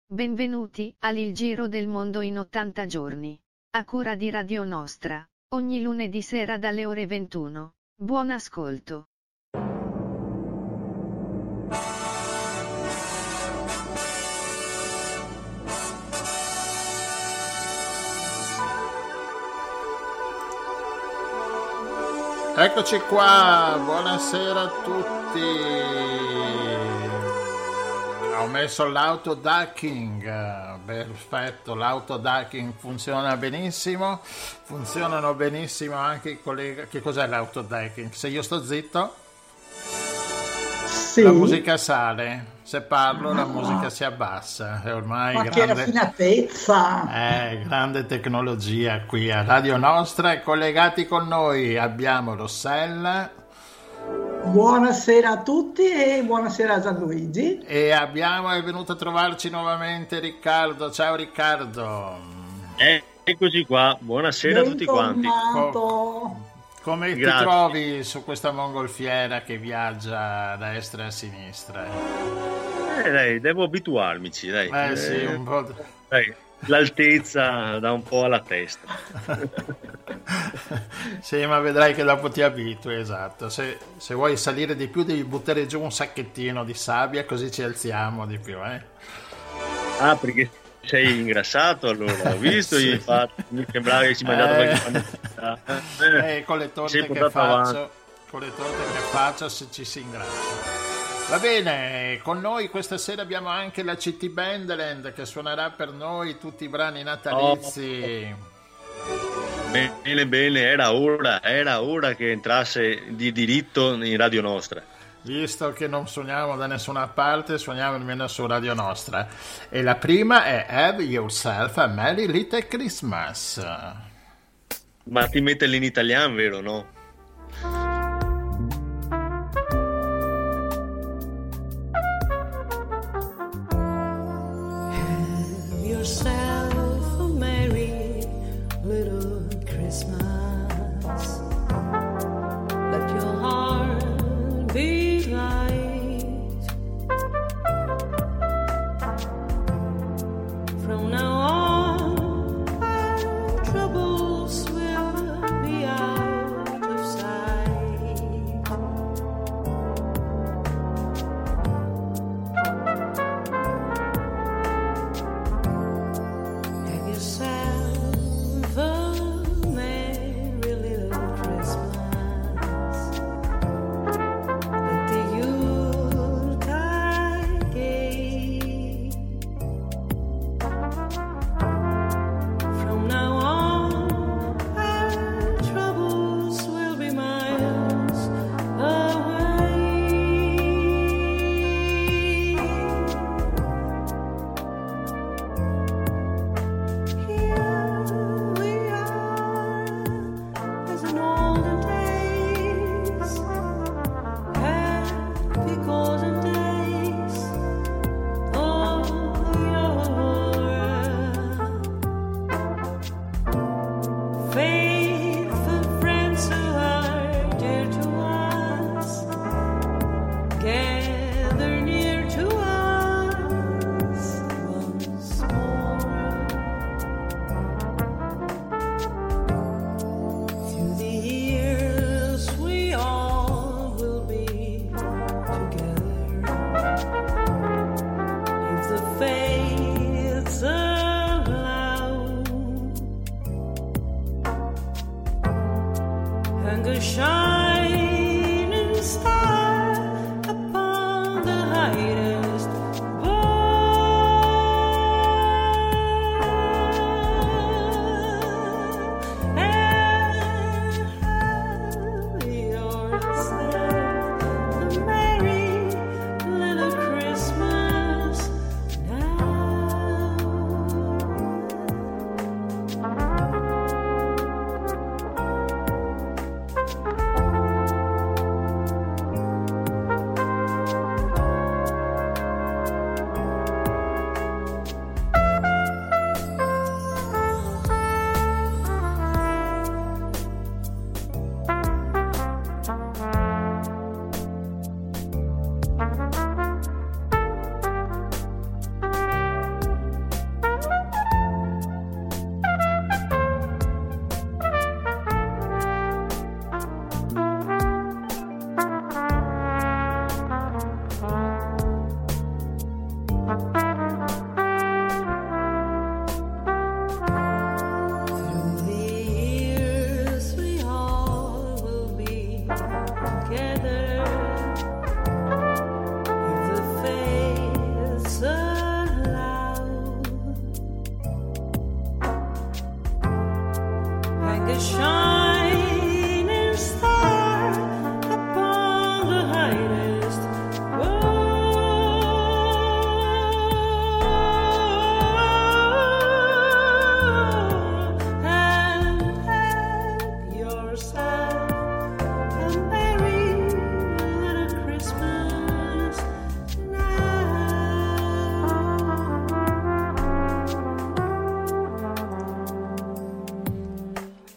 Benvenuti al Giro del Mondo in 80 giorni. A cura di Radio Nostra, ogni lunedì sera dalle ore 21. Buon ascolto. Eccoci qua, buonasera a tutti. Ho messo l'autodacking, perfetto, l'autodacking funziona benissimo, funzionano benissimo anche i colleghi. Che cos'è l'autodacking? Se io sto zitto, Sì, la musica sale, se parlo la musica si abbassa, è ormai ma che raffinatezza! grande tecnologia qui a Radio Nostra. E collegati con noi abbiamo Rossella Buonasera a tutti e buonasera a Gianluigi. e è venuto a trovarci nuovamente Riccardo. Ciao Riccardo. Eccoci qua, buonasera a tutti quanti. Bentornato. Come ti Grazie. trovi su questa mongolfiera che viaggia a destra e a sinistra? Dai, devo abituarmici, dai. Sì, un po'. Dai, l'altezza dà un po' alla testa. Sì, ma vedrai che dopo ti abitui, esatto. Se vuoi salire di più devi buttare giù un sacchettino di sabbia, così ci alziamo di più, Ah, perché sei ingrassato allora, ho visto, Sì. infatti, mi sembrava che ci mangiato qualche panetta. Con le torte Sei che portato avanti. faccio se ci si ingrassa. Va bene, con noi questa sera abbiamo anche la CT Bandland che suonerà per noi tutti i brani natalizi. Bene, era ora che entrasse di diritto in Radio Nostra. Visto che non suoniamo da nessuna parte, suoniamo almeno su Radio Nostra. E la prima è Have Yourself a Merry Little Christmas. Ma ti mette in italiano, vero, no? Have yourself a merry little Christmas. Let your heart be light. From now on, our troubles will be out of sight.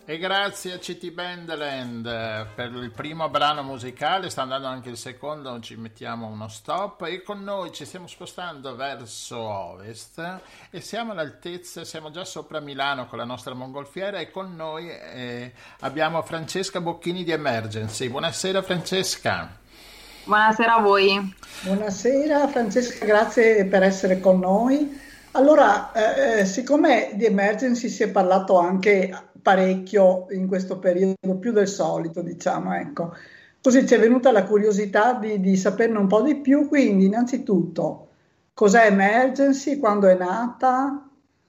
E grazie a City Bandeland per il primo brano musicale, sta andando anche il secondo, ci mettiamo uno stop e con noi ci stiamo spostando verso ovest e siamo all'altezza, siamo già sopra Milano con la nostra mongolfiera e con noi abbiamo Francesca Bocchini di Emergency. Buonasera Francesca. Buonasera a voi. Buonasera Francesca, grazie per essere con noi. Allora, siccome di Emergency si è parlato anche parecchio in questo periodo, più del solito, diciamo, ecco. Così ci è venuta la curiosità di saperne un po' di più, quindi innanzitutto, cos'è Emergency, quando è nata?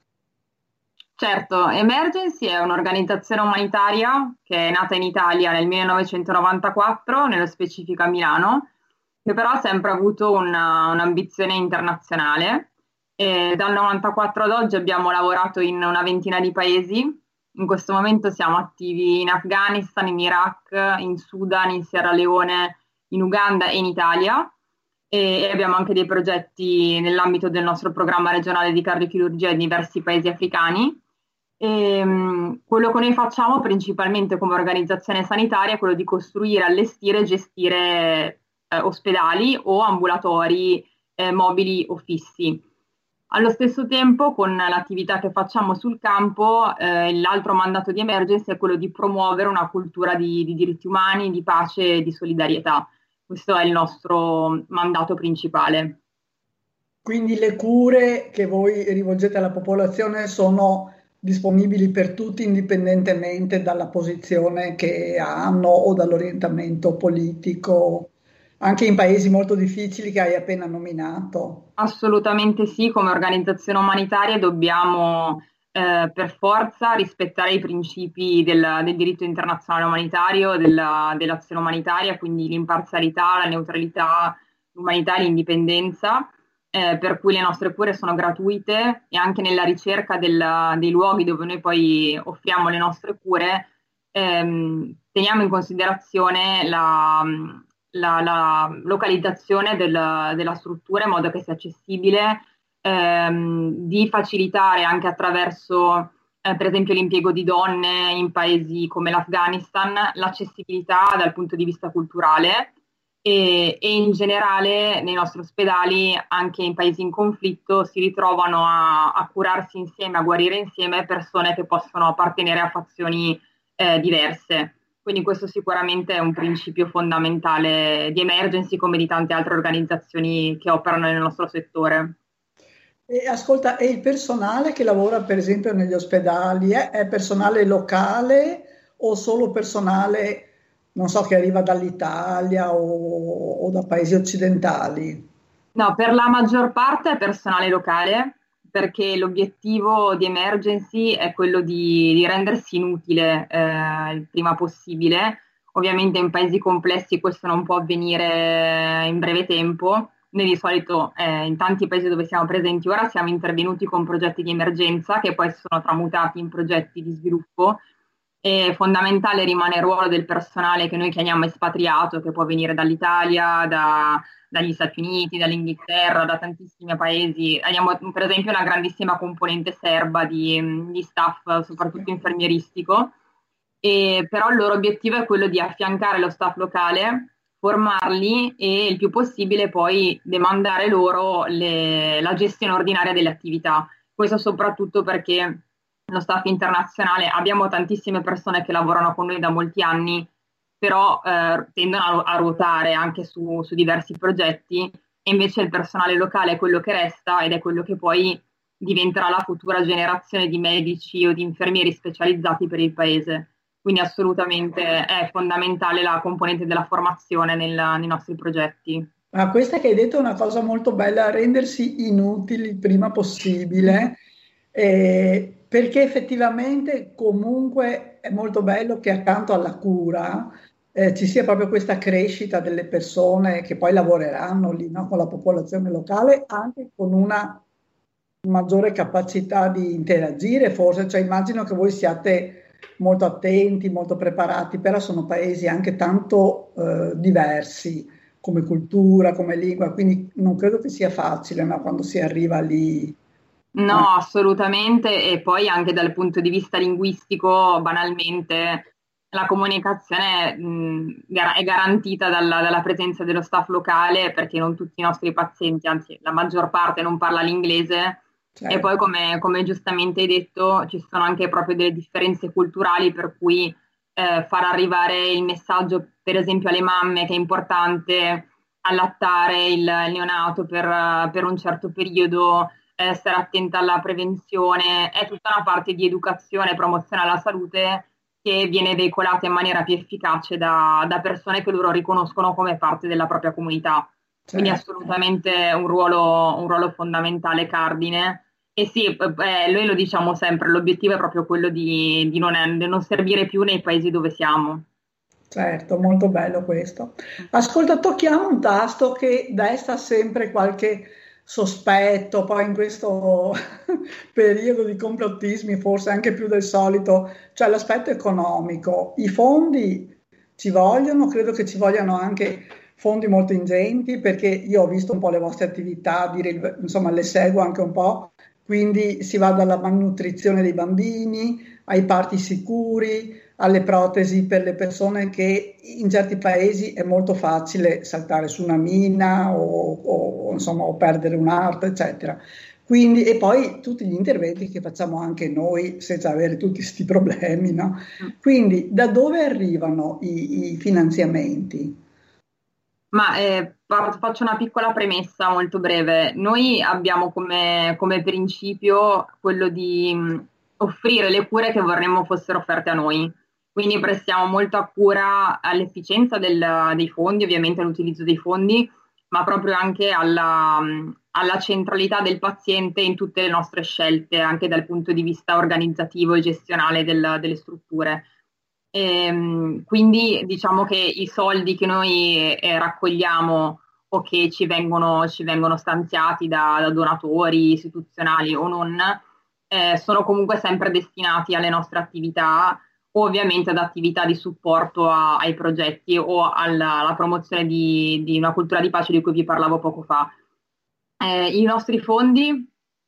Certo, Emergency è un'organizzazione umanitaria che è nata in Italia nel 1994, nello specifico a Milano, che però ha sempre avuto un'ambizione internazionale. E dal 94 ad oggi abbiamo lavorato in una ventina di paesi. In questo momento siamo attivi in Afghanistan, in Iraq, in Sudan, in Sierra Leone, in Uganda e in Italia e abbiamo anche dei progetti nell'ambito del nostro programma regionale di cardiochirurgia in diversi paesi africani. Quello che noi facciamo principalmente come organizzazione sanitaria è quello di costruire, allestire e gestire ospedali o ambulatori mobili o fissi. Allo stesso tempo, con l'attività che facciamo sul campo, l'altro mandato di Emergency è quello di promuovere una cultura di diritti umani, di pace e di solidarietà. Questo è il nostro mandato principale. Quindi le cure che voi rivolgete alla popolazione sono disponibili per tutti indipendentemente dalla posizione che hanno o dall'orientamento politico, anche in paesi molto difficili che hai appena nominato. Assolutamente sì, come organizzazione umanitaria dobbiamo per forza rispettare i principi del diritto internazionale umanitario, dell'azione umanitaria, quindi l'imparzialità, la neutralità, l'umanità e l'indipendenza, per cui le nostre cure sono gratuite e anche nella ricerca dei luoghi dove noi poi offriamo le nostre cure teniamo in considerazione la localizzazione della struttura in modo che sia accessibile, di facilitare anche attraverso per esempio l'impiego di donne in paesi come l'Afghanistan, l'accessibilità dal punto di vista culturale e in generale nei nostri ospedali anche in paesi in conflitto si ritrovano a curarsi insieme, a guarire insieme persone che possono appartenere a fazioni diverse. Quindi questo sicuramente è un principio fondamentale di Emergency come di tante altre organizzazioni che operano nel nostro settore. E ascolta, e il personale che lavora per esempio negli ospedali è personale locale o solo personale, non so, che arriva dall'Italia o da paesi occidentali? No, per la maggior parte è personale locale, perché l'obiettivo di Emergency è quello di rendersi inutile il prima possibile. Ovviamente in paesi complessi questo non può avvenire in breve tempo. Noi di solito in tanti paesi dove siamo presenti ora siamo intervenuti con progetti di emergenza che poi sono tramutati in progetti di sviluppo. E fondamentale rimane il ruolo del personale che noi chiamiamo espatriato, che può venire dall'Italia, dagli Stati Uniti, dall'Inghilterra, da tantissimi paesi. Abbiamo per esempio una grandissima componente serba di staff, soprattutto infermieristico, però il loro obiettivo è quello di affiancare lo staff locale, formarli e il più possibile poi demandare loro la gestione ordinaria delle attività. Questo soprattutto perché lo staff internazionale, abbiamo tantissime persone che lavorano con noi da molti anni, però tendono a ruotare anche su diversi progetti e invece il personale locale è quello che resta ed è quello che poi diventerà la futura generazione di medici o di infermieri specializzati per il paese. Quindi assolutamente è fondamentale la componente della formazione nei nostri progetti. Ma questa che hai detto è una cosa molto bella, rendersi inutili il prima possibile, perché effettivamente comunque è molto bello che accanto alla cura ci sia proprio questa crescita delle persone che poi lavoreranno lì, no, con la popolazione locale, anche con una maggiore capacità di interagire forse, cioè immagino che voi siate molto attenti, molto preparati, però sono paesi anche tanto diversi come cultura, come lingua, quindi non credo che sia facile, no, quando si arriva lì No, assolutamente, e poi anche dal punto di vista linguistico, banalmente, la comunicazione è garantita dalla presenza dello staff locale perché non tutti i nostri pazienti, anzi la maggior parte non parla l'inglese e poi Certo, come giustamente hai detto ci sono anche proprio delle differenze culturali per cui far arrivare il messaggio per esempio alle mamme che è importante allattare il neonato per un certo periodo, stare attenta alla prevenzione, è tutta una parte di educazione e promozione alla salute che viene veicolata in maniera più efficace da persone che loro riconoscono come parte della propria comunità. Quindi certo. assolutamente un ruolo fondamentale, cardine. E sì, noi lo diciamo sempre, l'obiettivo è proprio quello di non servire più nei paesi dove siamo. Certo, molto bello questo. Ascolta, tocchiamo un tasto che desta sempre qualche sospetto, poi in questo periodo di complottismi, forse anche più del solito, cioè l'aspetto economico. I fondi ci vogliono, credo che ci vogliano anche fondi molto ingenti, perché io ho visto un po' le vostre attività, insomma, le seguo anche un po', quindi si va dalla malnutrizione dei bambini ai parti sicuri, alle protesi per le persone che in certi paesi è molto facile saltare su una mina insomma, o perdere un'arto, eccetera. Quindi, e poi tutti gli interventi che facciamo anche noi senza avere tutti questi problemi, no? Quindi da dove arrivano i finanziamenti? Ma faccio una piccola premessa molto breve. Noi abbiamo come principio quello di offrire le cure che vorremmo fossero offerte a noi. Quindi prestiamo molta cura all'efficienza dei fondi, ovviamente all'utilizzo dei fondi, ma proprio anche alla centralità del paziente in tutte le nostre scelte, anche dal punto di vista organizzativo e gestionale delle strutture. Quindi diciamo che i soldi che noi raccogliamo o che ci vengono stanziati da donatori istituzionali o non, sono comunque sempre destinati alle nostre attività o ovviamente ad attività di supporto ai progetti o alla promozione di una cultura di pace di cui vi parlavo poco fa. I nostri fondi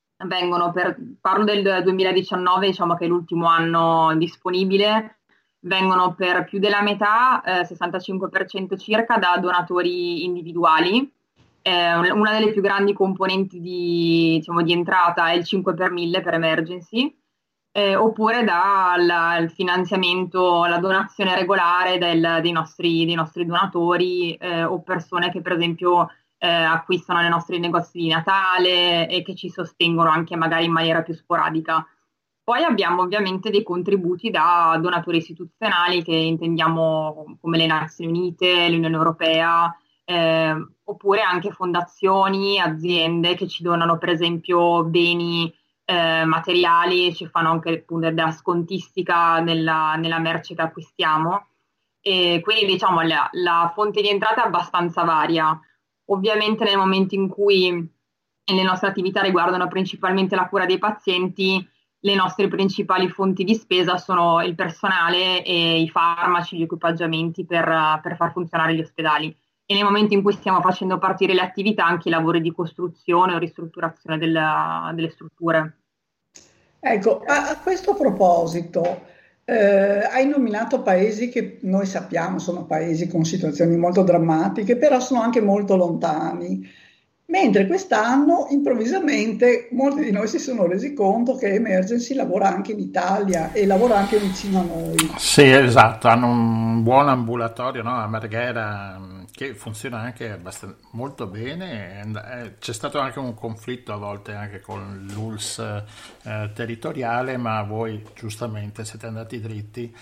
parlo del 2019, diciamo che è l'ultimo anno disponibile, vengono per più della metà, 65% circa, da donatori individuali. Una delle più grandi componenti diciamo, di entrata è il 5 per 1000 per emergency, oppure dal finanziamento, la donazione regolare dei nostri donatori o persone che per esempio acquistano nei nostri negozi di Natale e che ci sostengono anche magari in maniera più sporadica. Poi abbiamo ovviamente dei contributi da donatori istituzionali che intendiamo come le Nazioni Unite, l'Unione Europea, oppure anche fondazioni, aziende che ci donano per esempio beni materiali, ci fanno anche appunto della scontistica nella merce che acquistiamo. E quindi diciamo la fonte di entrata è abbastanza varia. Ovviamente nel momento in cui le nostre attività riguardano principalmente la cura dei pazienti, le nostre principali fonti di spesa sono il personale e i farmaci, gli equipaggiamenti per far funzionare gli ospedali. E nel momento in cui stiamo facendo partire le attività, anche i lavori di costruzione o ristrutturazione delle strutture. Ecco, a questo proposito, hai nominato paesi che noi sappiamo sono paesi con situazioni molto drammatiche, però sono anche molto lontani. Mentre quest'anno, improvvisamente, molti di noi si sono resi conto che Emergency lavora anche in Italia e lavora anche vicino a noi. Sì, esatto, hanno un buon ambulatorio, no, a Marghera che funziona anche molto bene. C'è stato anche un conflitto a volte anche con l'ULSS territoriale, ma voi giustamente siete andati dritti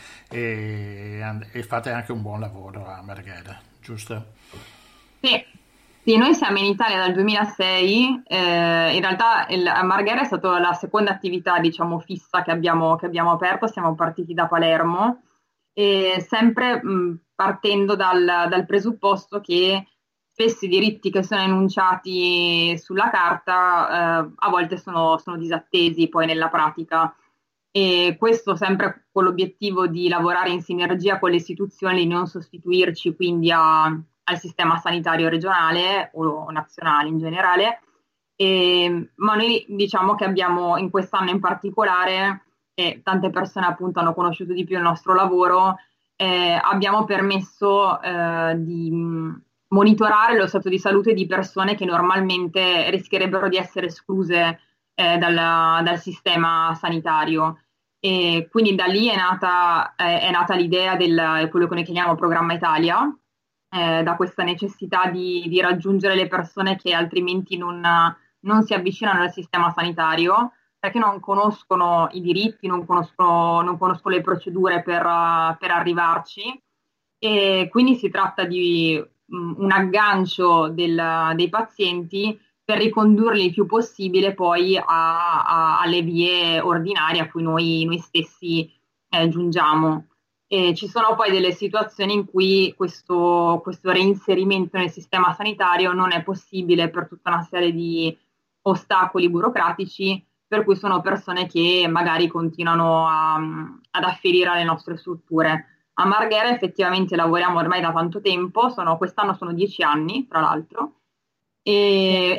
e fate anche un buon lavoro a Marghera, giusto? Sì. Sì, noi siamo in Italia dal 2006, in realtà a Marghera è stata la seconda attività, diciamo, fissa che abbiamo aperto, siamo partiti da Palermo e sempre partendo dal presupposto che spesso i diritti che sono enunciati sulla carta a volte sono disattesi poi nella pratica. E questo sempre con l'obiettivo di lavorare in sinergia con le istituzioni, non sostituirci quindi al sistema sanitario regionale o nazionale in generale, Ma noi diciamo che abbiamo in quest'anno in particolare, e tante persone appunto hanno conosciuto di più il nostro lavoro, abbiamo permesso di monitorare lo stato di salute di persone che normalmente rischierebbero di essere escluse dal sistema sanitario. E quindi da lì è nata l'idea del quello che noi chiamiamo Programma Italia, da questa necessità di raggiungere le persone che altrimenti non si avvicinano al sistema sanitario, perché non conoscono i diritti, non conoscono le procedure per arrivarci, e quindi si tratta di un aggancio dei pazienti per ricondurli il più possibile poi alle vie ordinarie a cui noi stessi giungiamo. E ci sono poi delle situazioni in cui questo reinserimento nel sistema sanitario non è possibile per tutta una serie di ostacoli burocratici, per cui sono persone che magari continuano ad afferire alle nostre strutture. A Marghera effettivamente lavoriamo ormai da tanto tempo, quest'anno sono 10 anni, tra l'altro, e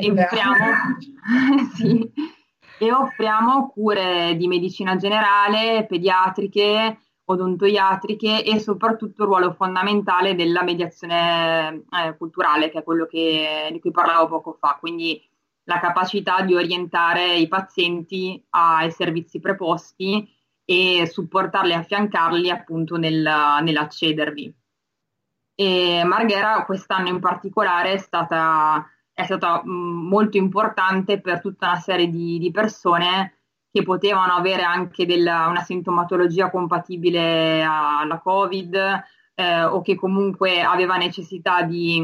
sì, e offriamo cure di medicina generale, pediatriche, odontoiatriche e soprattutto il ruolo fondamentale della mediazione culturale, che è quello di cui parlavo poco fa, quindi la capacità di orientare i pazienti ai servizi preposti e supportarli e affiancarli appunto nell'accedervi. E Marghera quest'anno in particolare è stata molto importante per tutta una serie di persone che potevano avere anche una sintomatologia compatibile alla Covid, o che comunque aveva necessità di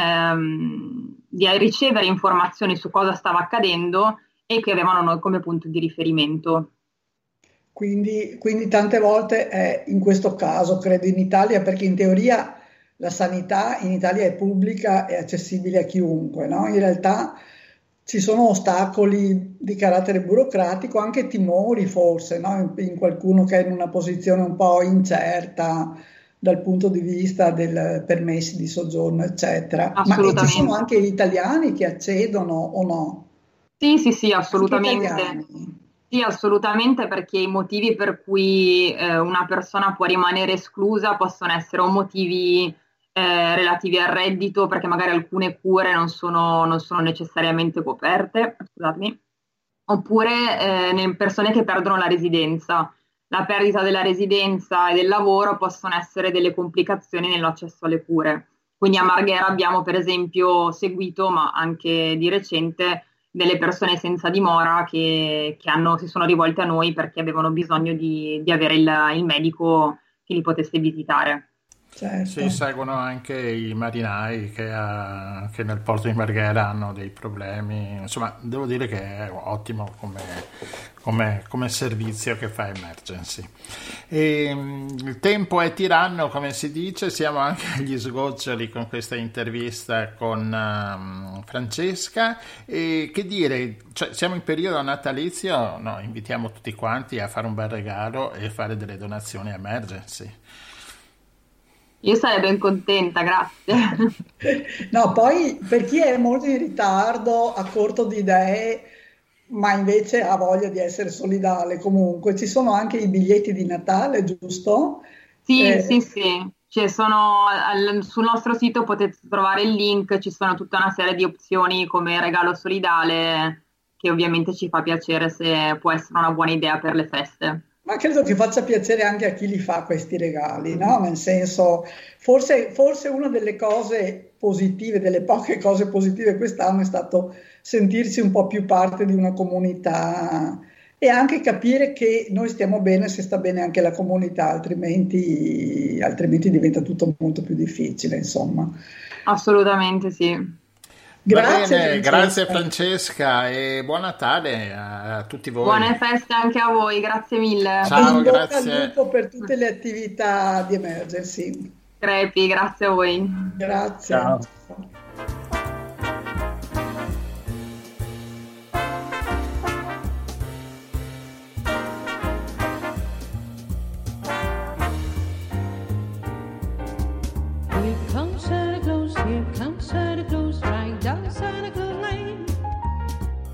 ricevere informazioni su cosa stava accadendo e che avevano noi come punto di riferimento. Quindi tante volte è in questo caso, credo in Italia, perché in teoria la sanità in Italia è pubblica e accessibile a chiunque, no? In realtà ci sono ostacoli di carattere burocratico, anche timori forse, no? In qualcuno che è in una posizione un po' incerta dal punto di vista del permessi di soggiorno, eccetera. Ma ci sono anche italiani che accedono o no? Sì, assolutamente. Sì, assolutamente, perché i motivi per cui una persona può rimanere esclusa possono essere motivi relativi al reddito, perché magari alcune cure non sono necessariamente coperte, scusatemi, oppure persone che perdono la residenza. La perdita della residenza e del lavoro possono essere delle complicazioni nell'accesso alle cure. Quindi a Marghera abbiamo per esempio seguito, ma anche di recente, delle persone senza dimora che si sono rivolte a noi perché avevano bisogno di avere il medico che li potesse visitare. Certo. Sì, seguono anche i marinai che nel porto di Marghera hanno dei problemi. Insomma, devo dire che è ottimo come servizio che fa Emergency. Il tempo è tiranno, come si dice, siamo anche agli sgoccioli con questa intervista con Francesca. E che dire, cioè, siamo in periodo natalizio, no, invitiamo tutti quanti a fare un bel regalo e fare delle donazioni a Emergency. Io sarei ben contenta, grazie. No, poi per chi è molto in ritardo, a corto di idee, ma invece ha voglia di essere solidale, comunque ci sono anche i biglietti di Natale, giusto? Sì. Sul nostro sito potete trovare il link, ci sono tutta una serie di opzioni come regalo solidale, che ovviamente ci fa piacere se può essere una buona idea per le feste. Ma credo che faccia piacere anche a chi li fa questi regali, no? Nel senso, forse una delle cose positive, delle poche cose positive quest'anno è stato sentirsi un po' più parte di una comunità e anche capire che noi stiamo bene se sta bene anche la comunità, altrimenti diventa tutto molto più difficile, insomma. Assolutamente sì. Grazie Francesca e buon Natale a tutti voi. Buone feste anche a voi, grazie mille. Ciao, grazie. grazie. Al lupo per tutte le attività di Emergency. Crepi, grazie a voi. Grazie. Ciao. Here comes Santa Claus, right down Santa Claus Lane.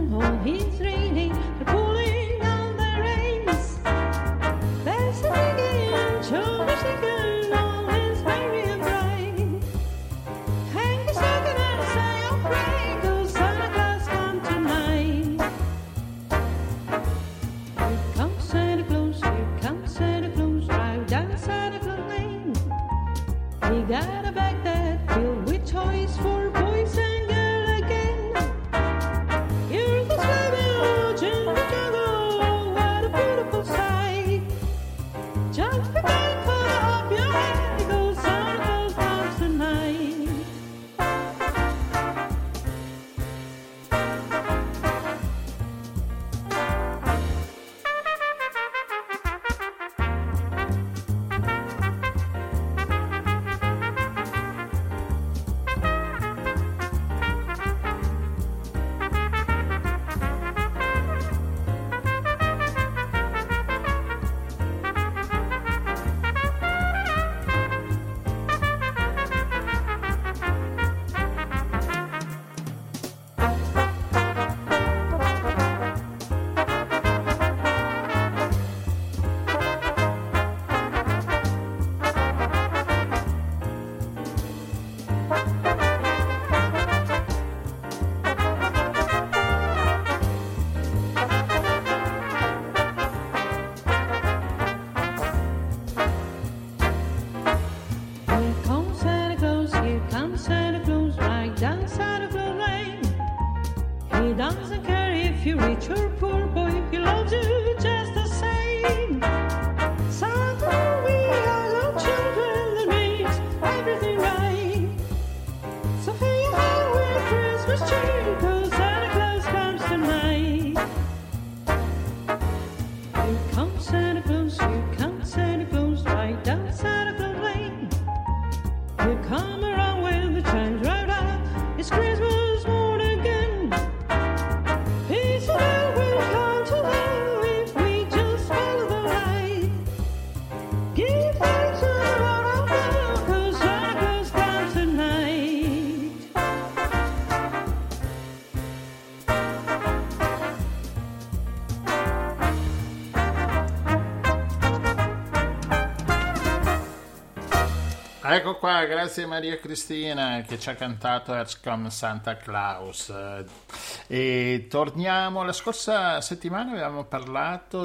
home he's reading, they're pulling on the reins. There's a ringing, shoulder shaking on his merry and bright. Hang a second and say, oh, pray, 'cause Santa Claus come tonight. Here comes Santa Claus, drive down Santa Claus Lane. He got a bag that filled with toys for boys and girls again. Here's the sleigh bells in the jungle, what a beautiful sight. Just prepare for the up your head, 'cause Santa Claus comes tonight. Here comes Santa Claus, right down Santa Claus Lane. He doesn't care if you're rich or poor, boy, he loves you just the same. Santa, we are the children that makes everything right. So fill your heart with Christmas cheer, 'cause Santa Claus comes tonight. Here comes Santa Claus, right down Santa Claus Lane. He'll come around when the chimes right out. It's Christmas morning again. Peace and love will come to them if we just follow the light. Give thanks to the Lord of God, 'cause Santa Claus comes tonight. Ecco qua, grazie Maria Cristina che ci ha cantato Here Comes Santa Claus. E torniamo, la scorsa settimana avevamo parlato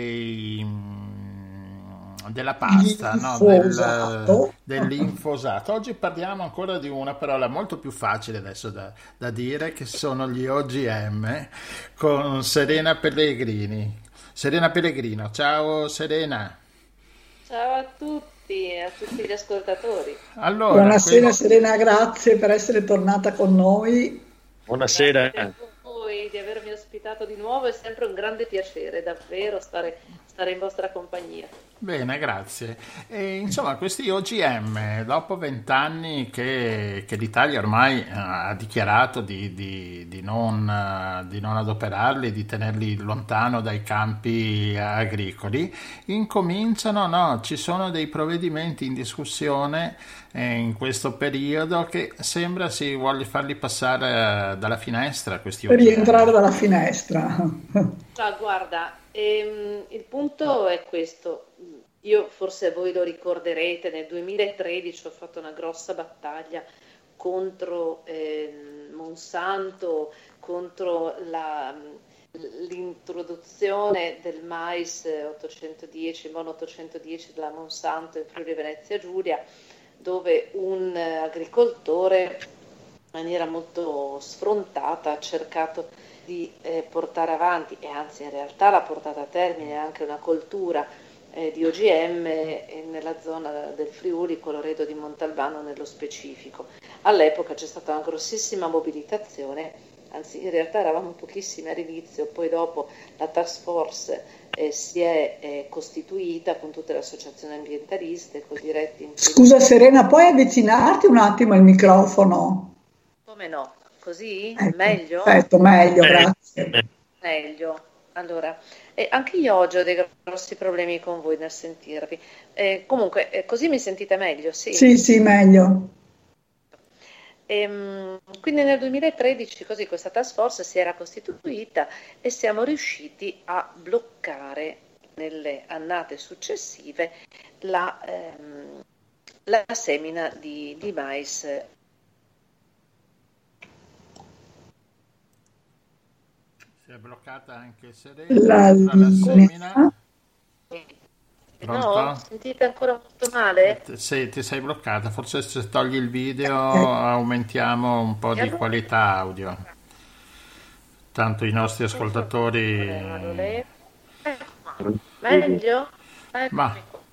della pasta, no? Dell'infosato. Oggi parliamo ancora di una parola molto più facile adesso da dire, che sono gli OGM, con Serena Pellegrini. Serena Pellegrino, ciao Serena. Ciao a tutti gli ascoltatori. Allora, Buonasera Serena, grazie per essere tornata con noi. Buonasera. Grazie a voi di avermi ospitato di nuovo, è sempre un grande piacere, davvero, stare in vostra compagnia. Bene, grazie. E, insomma, questi OGM, dopo 20 anni che l'Italia ormai ha dichiarato di non adoperarli, di tenerli lontano dai campi agricoli, incominciano, no, ci sono dei provvedimenti in discussione in questo periodo che sembra si voglia farli passare dalla finestra, questi Per OGM. rientrare dalla finestra. Guarda, il punto è questo. Io, forse voi lo ricorderete, nel 2013 ho fatto una grossa battaglia contro Monsanto, contro l'introduzione del mais 810, mono 810 della Monsanto in Friuli Venezia Giulia, dove un agricoltore in maniera molto sfrontata ha cercato di portare avanti, e anzi in realtà l'ha portata a termine anche una coltura di OGM nella zona del Friuli, Colloredo di Montalbano nello specifico. All'epoca c'è stata una grossissima mobilitazione, anzi in realtà eravamo pochissimi all'inizio, poi dopo la task force si è costituita con tutte le associazioni ambientaliste, con diretti. Scusa Serena, puoi avvicinarti un attimo al microfono? Come no? Così? Ecco, Meglio? perfetto, meglio, grazie. Meglio. Allora, anche io oggi ho dei grossi problemi con voi nel sentirvi. Comunque, così mi sentite meglio? Sì. Sì, meglio. Quindi nel 2013 così questa task force si era costituita e siamo riusciti a bloccare nelle annate successive la semina di mais. Si è bloccata anche La Serena tra la semina. linea. Pronto? No, sentite ancora molto male? Sì, ti sei bloccata. Forse se togli il video aumentiamo un po' E di allora qualità audio. Tanto i nostri non so cosa ascoltatori... volevano lei. Meglio? Ma Eccomi qua.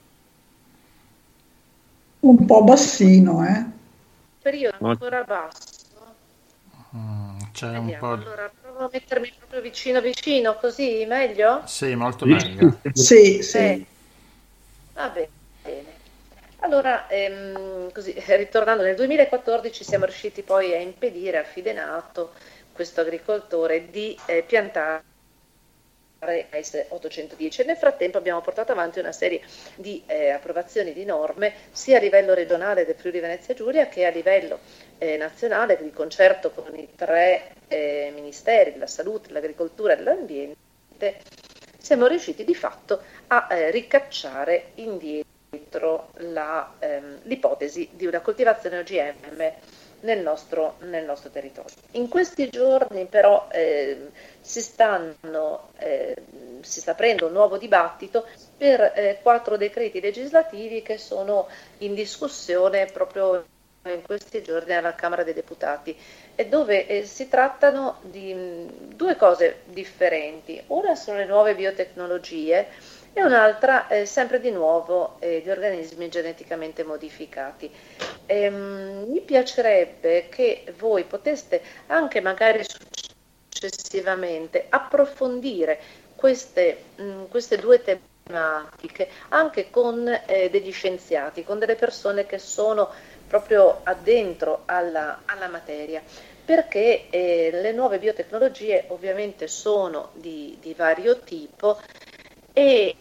Un po' bassino, Periodo No, ancora basso. c'è un Vediamo, po'... allora provo a mettermi proprio vicino, così meglio? Sì, molto meglio. Sì, sì. Va bene. Allora, così, ritornando nel 2014 siamo riusciti poi a impedire a Fidenato, questo agricoltore, di piantare mais 810. Nel frattempo abbiamo portato avanti una serie di approvazioni di norme sia a livello regionale del Friuli Venezia Giulia che a livello nazionale, di concerto con i tre ministeri della salute, dell'agricoltura e dell'ambiente. Siamo riusciti di fatto a ricacciare indietro l'ipotesi di una coltivazione OGM nel nostro territorio. In questi giorni però si sta aprendo un nuovo dibattito per 4 decreti legislativi che sono in discussione proprio in questi giorni alla Camera dei Deputati, e dove si trattano di 2 cose differenti. Una sono le nuove biotecnologie e un'altra sempre di nuovo gli organismi geneticamente modificati. Mi piacerebbe che voi poteste anche magari successivamente approfondire queste 2 tematiche anche con degli scienziati, con delle persone che sono proprio addentro alla materia, perché le nuove biotecnologie ovviamente sono di vario tipo e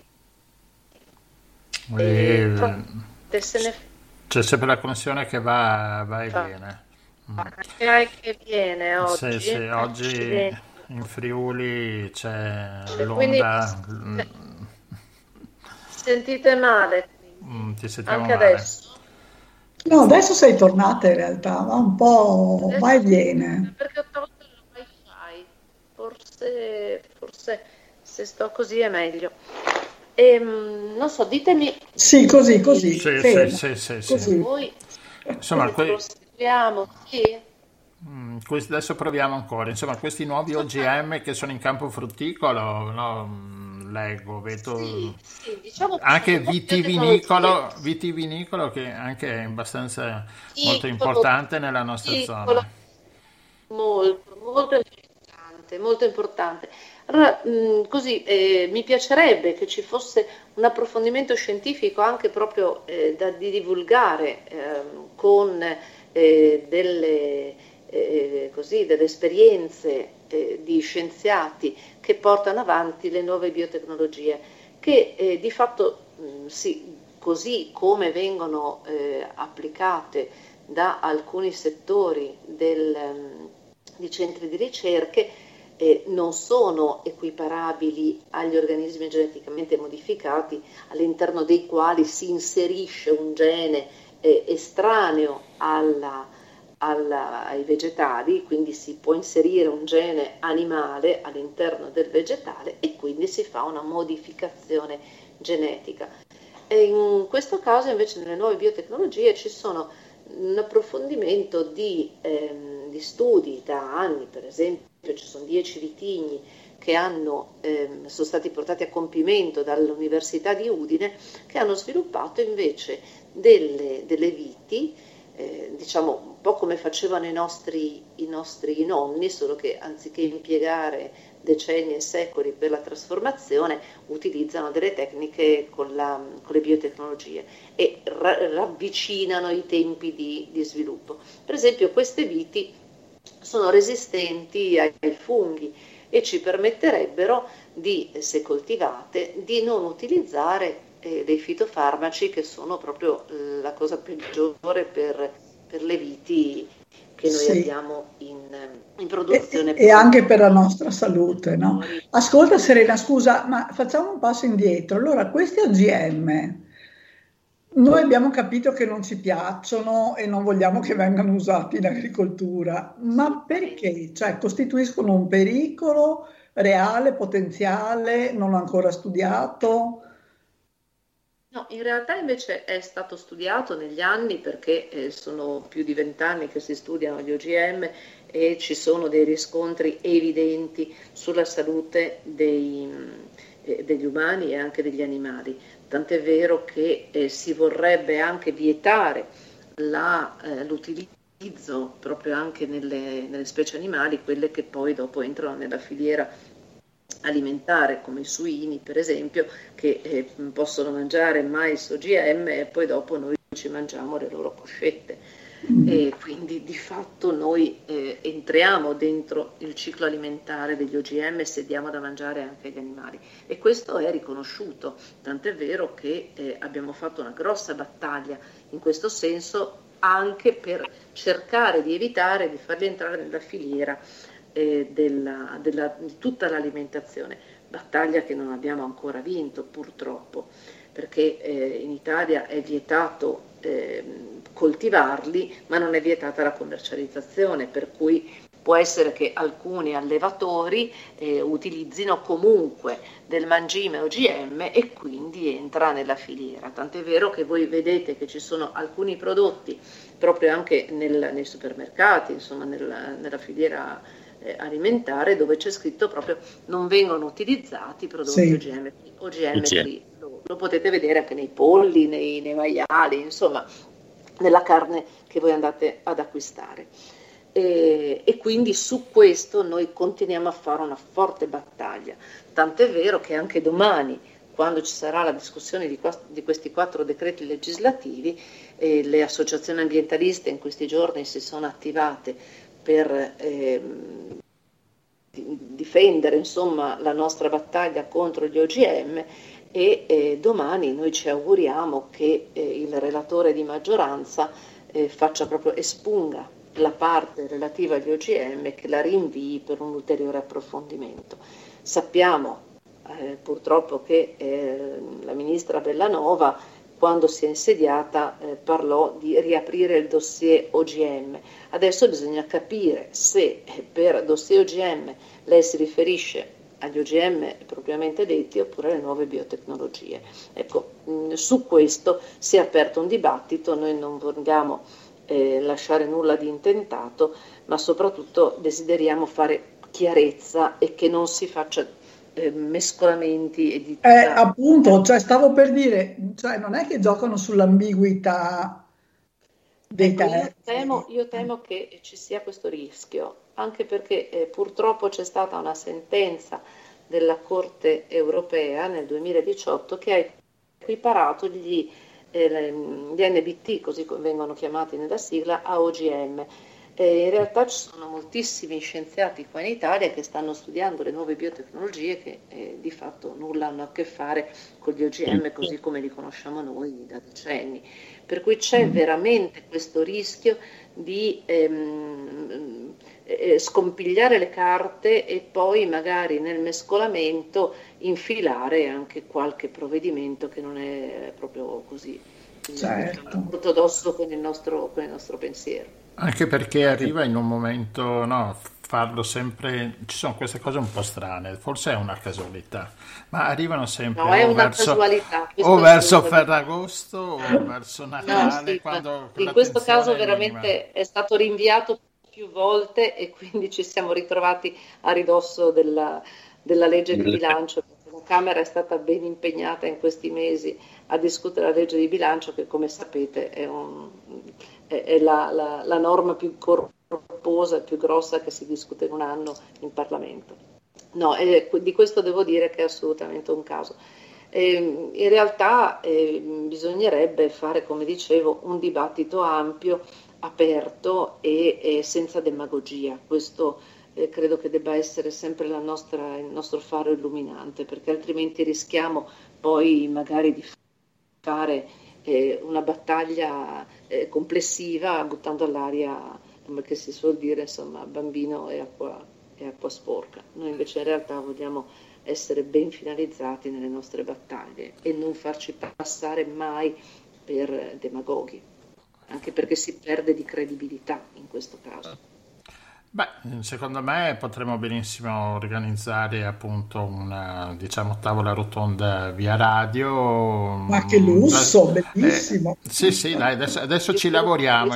se ne C'è sempre la connessione che va e viene. che viene oggi. Sì, oggi Accidenti. in Friuli c'è Quindi l'onda. sentite male, Ti sentiamo anche male. adesso. No, adesso sei tornata in realtà, va un po' Adesso va e viene. perché ho tolto il wifi, forse se sto così è meglio. Non so, ditemi Sì, così, Sì, fermo, sì. così. voi, Insomma, proseguiamo, sì? adesso proviamo ancora. Insomma, questi nuovi OGM che sono in campo frutticolo, no, leggo, vedo Sì, diciamo che anche sono biotecnologie. vitivinicolo che anche è abbastanza molto Piccolo, importante nella nostra piccolo, zona. molto importante, molto importante. Allora, così mi piacerebbe che ci fosse un approfondimento scientifico anche proprio di divulgare con delle esperienze di scienziati che portano avanti le nuove biotecnologie, che di fatto così come vengono applicate da alcuni settori di centri di ricerche, non sono equiparabili agli organismi geneticamente modificati, all'interno dei quali si inserisce un gene estraneo ai vegetali, quindi si può inserire un gene animale all'interno del vegetale e quindi si fa una modificazione genetica. E in questo caso invece nelle nuove biotecnologie ci sono un approfondimento di studi da anni. Per esempio ci sono 10 vitigni che sono stati portati a compimento dall'Università di Udine, che hanno sviluppato invece delle viti, diciamo un po' come facevano i nostri nonni, solo che anziché impiegare decenni e secoli per la trasformazione, utilizzano delle tecniche con le biotecnologie e ravvicinano i tempi di sviluppo. Per esempio queste viti sono resistenti ai funghi e ci permetterebbero se coltivate, di non utilizzare dei fitofarmaci che sono proprio la cosa peggiore per le viti che noi Sì. abbiamo in produzione. E anche per la nostra salute, no? Ascolta Serena, scusa, ma facciamo un passo indietro. Allora, questi OGM, noi abbiamo capito che non ci piacciono e non vogliamo che vengano usati in agricoltura, ma perché? Cioè, costituiscono un pericolo reale, potenziale, non ancora studiato? No, in realtà invece è stato studiato negli anni perché sono più di 20 anni che si studiano gli OGM e ci sono dei riscontri evidenti sulla salute degli umani e anche degli animali. Tant'è vero che si vorrebbe anche vietare l'utilizzo proprio anche nelle specie animali, quelle che poi dopo entrano nella filiera alimentare, come i suini per esempio, che possono mangiare mais OGM e poi dopo noi ci mangiamo le loro coscette. E quindi di fatto noi entriamo dentro il ciclo alimentare degli OGM se diamo da mangiare anche agli animali, e questo è riconosciuto, tant'è vero che abbiamo fatto una grossa battaglia in questo senso anche per cercare di evitare di farli entrare nella filiera di tutta l'alimentazione, battaglia che non abbiamo ancora vinto purtroppo, perché in Italia è vietato coltivarli, ma non è vietata la commercializzazione, per cui può essere che alcuni allevatori utilizzino comunque del mangime OGM e quindi entra nella filiera. Tant'è vero che voi vedete che ci sono alcuni prodotti proprio anche nei supermercati, insomma nella filiera alimentare, dove c'è scritto proprio non vengono utilizzati prodotti Sì. OGM free. Lo potete vedere anche nei polli, nei maiali, insomma nella carne che voi andate ad acquistare. E quindi su questo noi continuiamo a fare una forte battaglia, tant'è vero che anche domani, quando ci sarà la discussione di questi 4 decreti legislativi, le associazioni ambientaliste in questi giorni si sono attivate per difendere insomma la nostra battaglia contro gli OGM, e domani noi ci auguriamo che il relatore di maggioranza faccia proprio espunga la parte relativa agli OGM e che la rinvii per un ulteriore approfondimento. Sappiamo purtroppo che la ministra Bellanova, quando si è insediata, parlò di riaprire il dossier OGM. Adesso bisogna capire se per dossier OGM lei si riferisce agli OGM propriamente detti oppure alle nuove biotecnologie. Ecco, su questo si è aperto un dibattito, noi non vogliamo lasciare nulla di intentato, ma soprattutto desideriamo fare chiarezza e che non si faccia mescolamenti e di appunto, cioè stavo per dire, cioè non è che giocano sull'ambiguità dei termini. Io temo che ci sia questo rischio, anche perché purtroppo c'è stata una sentenza della Corte europea nel 2018 che ha equiparato gli NBT, così come vengono chiamati nella sigla, a OGM. In realtà ci sono moltissimi scienziati qua in Italia che stanno studiando le nuove biotecnologie che di fatto nulla hanno a che fare con gli OGM così come li conosciamo noi da decenni. Per cui c'è veramente questo rischio di scompigliare le carte e poi magari nel mescolamento infilare anche qualche provvedimento che non è proprio così ortodosso con il nostro pensiero. Anche perché arriva in un momento, no, farlo sempre, ci sono queste cose un po' strane, forse è una casualità, ma arrivano sempre No, è una casualità. o verso Ferragosto o verso Natale, No, sì, quando in questo caso l'attenzione è minima. veramente è stato rinviato più volte e quindi ci siamo ritrovati a ridosso della legge di bilancio, perché la Camera è stata ben impegnata in questi mesi a discutere la legge di bilancio che, come sapete, è la norma più corposa e più grossa che si discute in un anno in Parlamento. No, di questo devo dire che è assolutamente un caso. In realtà bisognerebbe fare, come dicevo, un dibattito ampio, aperto e senza demagogia. Questo credo che debba essere sempre il nostro faro illuminante, perché altrimenti rischiamo poi magari di fare una battaglia complessiva buttando all'aria come che si suol dire, insomma, bambino e acqua sporca. Noi invece in realtà vogliamo essere ben finalizzati nelle nostre battaglie e non farci passare mai per demagoghi, anche perché si perde di credibilità in questo caso. Beh, secondo me potremmo benissimo organizzare appunto una, diciamo, tavola rotonda via radio. Ma che lusso, bellissimo. Sì, sì, dai, adesso ci lavoriamo.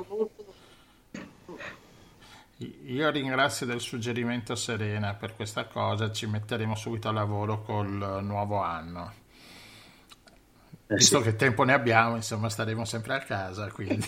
Io ringrazio del suggerimento Serena per questa cosa, ci metteremo subito a lavoro col nuovo anno. Visto che tempo ne abbiamo, insomma, staremo sempre a casa, quindi.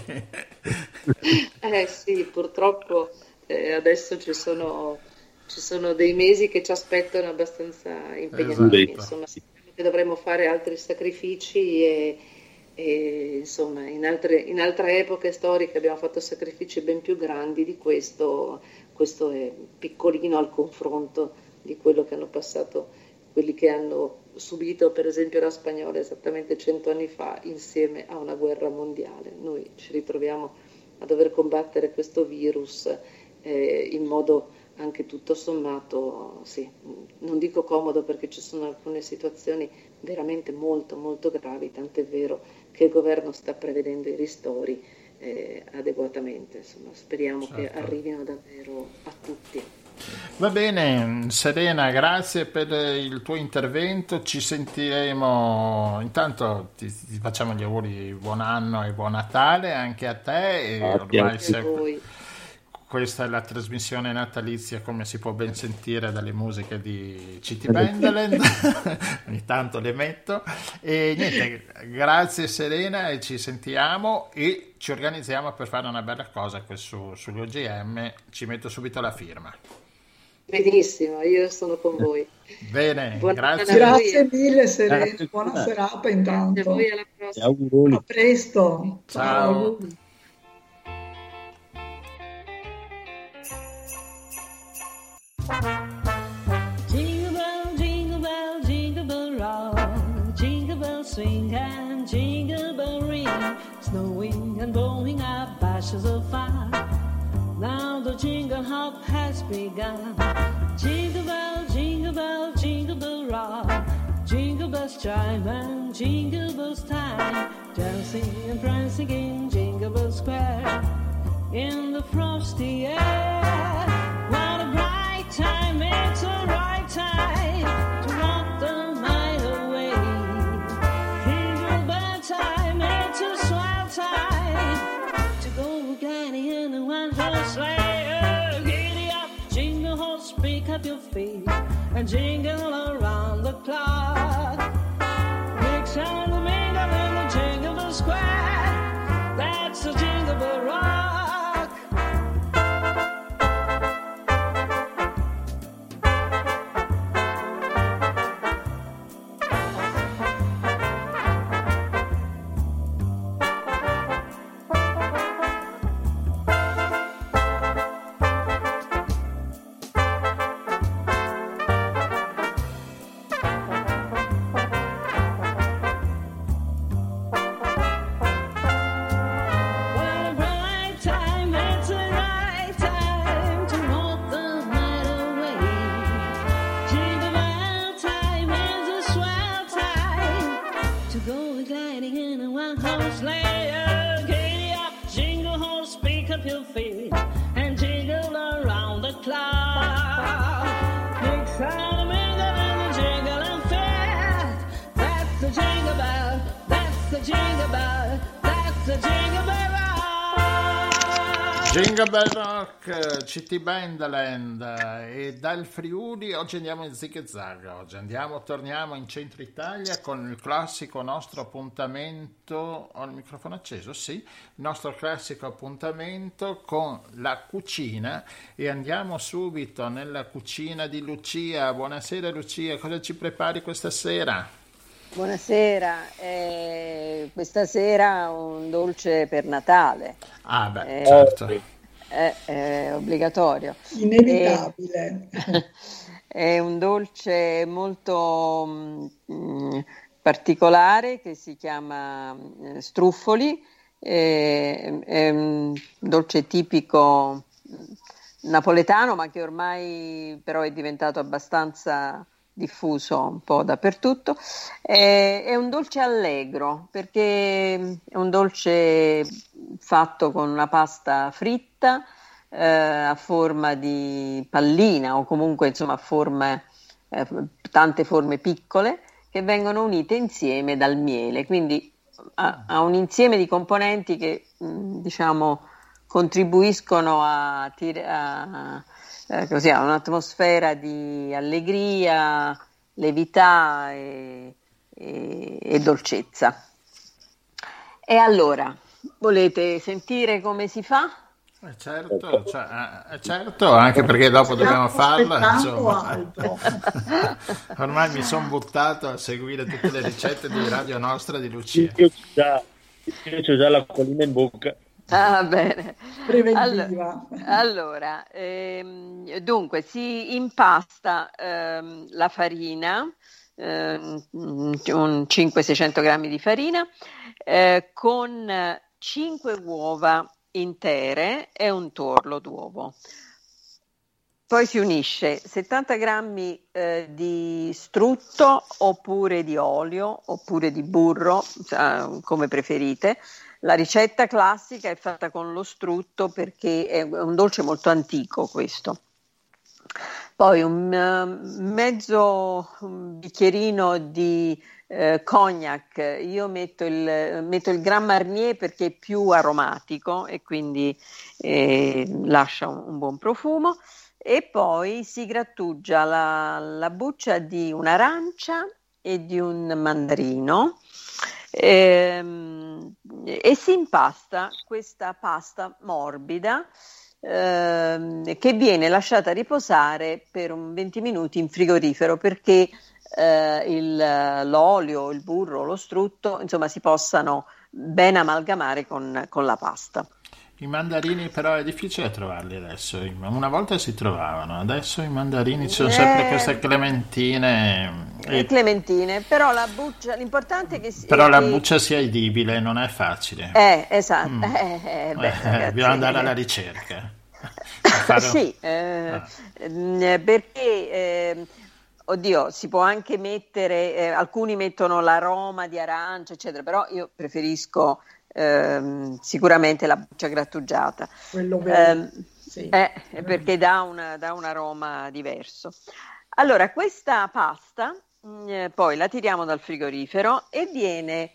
Sì, purtroppo adesso ci sono dei mesi che ci aspettano abbastanza impegnativi, insomma, sappiamo che dovremo fare altri sacrifici e insomma in altre epoche storiche abbiamo fatto sacrifici ben più grandi di questo è piccolino al confronto di quello che hanno passato quelli che hanno subito per esempio la spagnola esattamente 100 anni fa insieme a una guerra mondiale. Noi ci ritroviamo a dover combattere questo virus in modo anche tutto sommato, sì, non dico comodo perché ci sono alcune situazioni veramente molto molto gravi, tant'è vero che il governo sta prevedendo i ristori adeguatamente, insomma speriamo che arrivino davvero a tutti. Va bene, Serena, grazie per il tuo intervento, ci sentiremo, intanto ti facciamo gli auguri, buon anno e buon Natale anche a te e ormai questa è la trasmissione natalizia come si può ben sentire dalle musiche di City Bandaland, ogni tanto le metto e niente, grazie Serena e ci sentiamo e ci organizziamo per fare una bella cosa sugli OGM, ci metto subito la firma. Benissimo, io sono con voi. Bene, grazie. Grazie mille Serena, buona serata intanto. E voi alla prossima. A presto. Ciao. Jingle bell, jingle bell, jingle bell rock, jingle bell swing and jingle bell ring, snowing and blowing up ashes of fire. Now the jingle hop has begun. Jingle bell, jingle bell, jingle bell rock, jingle bells chime and jingle bells time, dancing and prancing in Jingle Bell Square in the frosty air. What a bright time, it's a right time to rock the night away. Jingle bell time, it's a swell time to go gliding in a one-horse sleigh. Giddy up, jingle horse, pick up your feet and jingle around the clock. Mix and mingle in the Jingle Bell Square. That's the Jingle Bell Rock. Jingle Bell Rock, City Bandaland e dal Friuli oggi andiamo in Zig e Zag, torniamo in centro Italia con il classico nostro appuntamento, ho il microfono acceso? Sì, il nostro classico appuntamento con la cucina e andiamo subito nella cucina di Lucia. Buonasera Lucia, cosa ci prepari questa sera? Buonasera, questa sera un dolce per Natale. Ah beh, certo. È obbligatorio. Inevitabile. È un dolce molto particolare che si chiama struffoli, è un dolce tipico napoletano, ma che ormai però è diventato abbastanza diffuso un po' dappertutto. È un dolce allegro, perché è un dolce fatto con una pasta fritta a forma di pallina, o comunque insomma tante forme piccole che vengono unite insieme dal miele, quindi ha un insieme di componenti che diciamo contribuiscono così, a un'atmosfera di allegria, levità e dolcezza. E allora, volete sentire come si fa? Certo, certo, anche perché dopo dobbiamo farlo, insomma. Altro. Ormai mi sono buttato a seguire tutte le ricette di Radio Nostra di Lucia. Io c'ho già l'acquolina in bocca. Ah, bene. Preventiva. Allora, dunque si impasta la farina, un 500-600 grammi di farina, con 5 uova intere e un tuorlo d'uovo. Poi si unisce 70 grammi di strutto oppure di olio oppure di burro, come preferite. La ricetta classica è fatta con lo strutto perché è un dolce molto antico questo. Poi un mezzo bicchierino di cognac, io metto il Grand Marnier perché è più aromatico e quindi lascia un buon profumo, e poi si grattugia la buccia di un'arancia e di un mandarino e si impasta questa pasta morbida che viene lasciata riposare per 20 minuti in frigorifero perché l'olio, il burro, lo strutto, insomma, si possano ben amalgamare con la pasta. I mandarini però è difficile trovarli adesso, una volta si trovavano, adesso i mandarini ci sono sempre queste clementine. Clementine, però la buccia, l'importante è che la buccia sia edibile, non è facile. Esatto. Dobbiamo andare alla ricerca. Sì, perché oddio, si può anche mettere, alcuni mettono l'aroma di arancia, eccetera, però io preferisco sicuramente la buccia grattugiata. Quello vero, sì. Perché dà un aroma diverso. Allora, questa pasta poi la tiriamo dal frigorifero e viene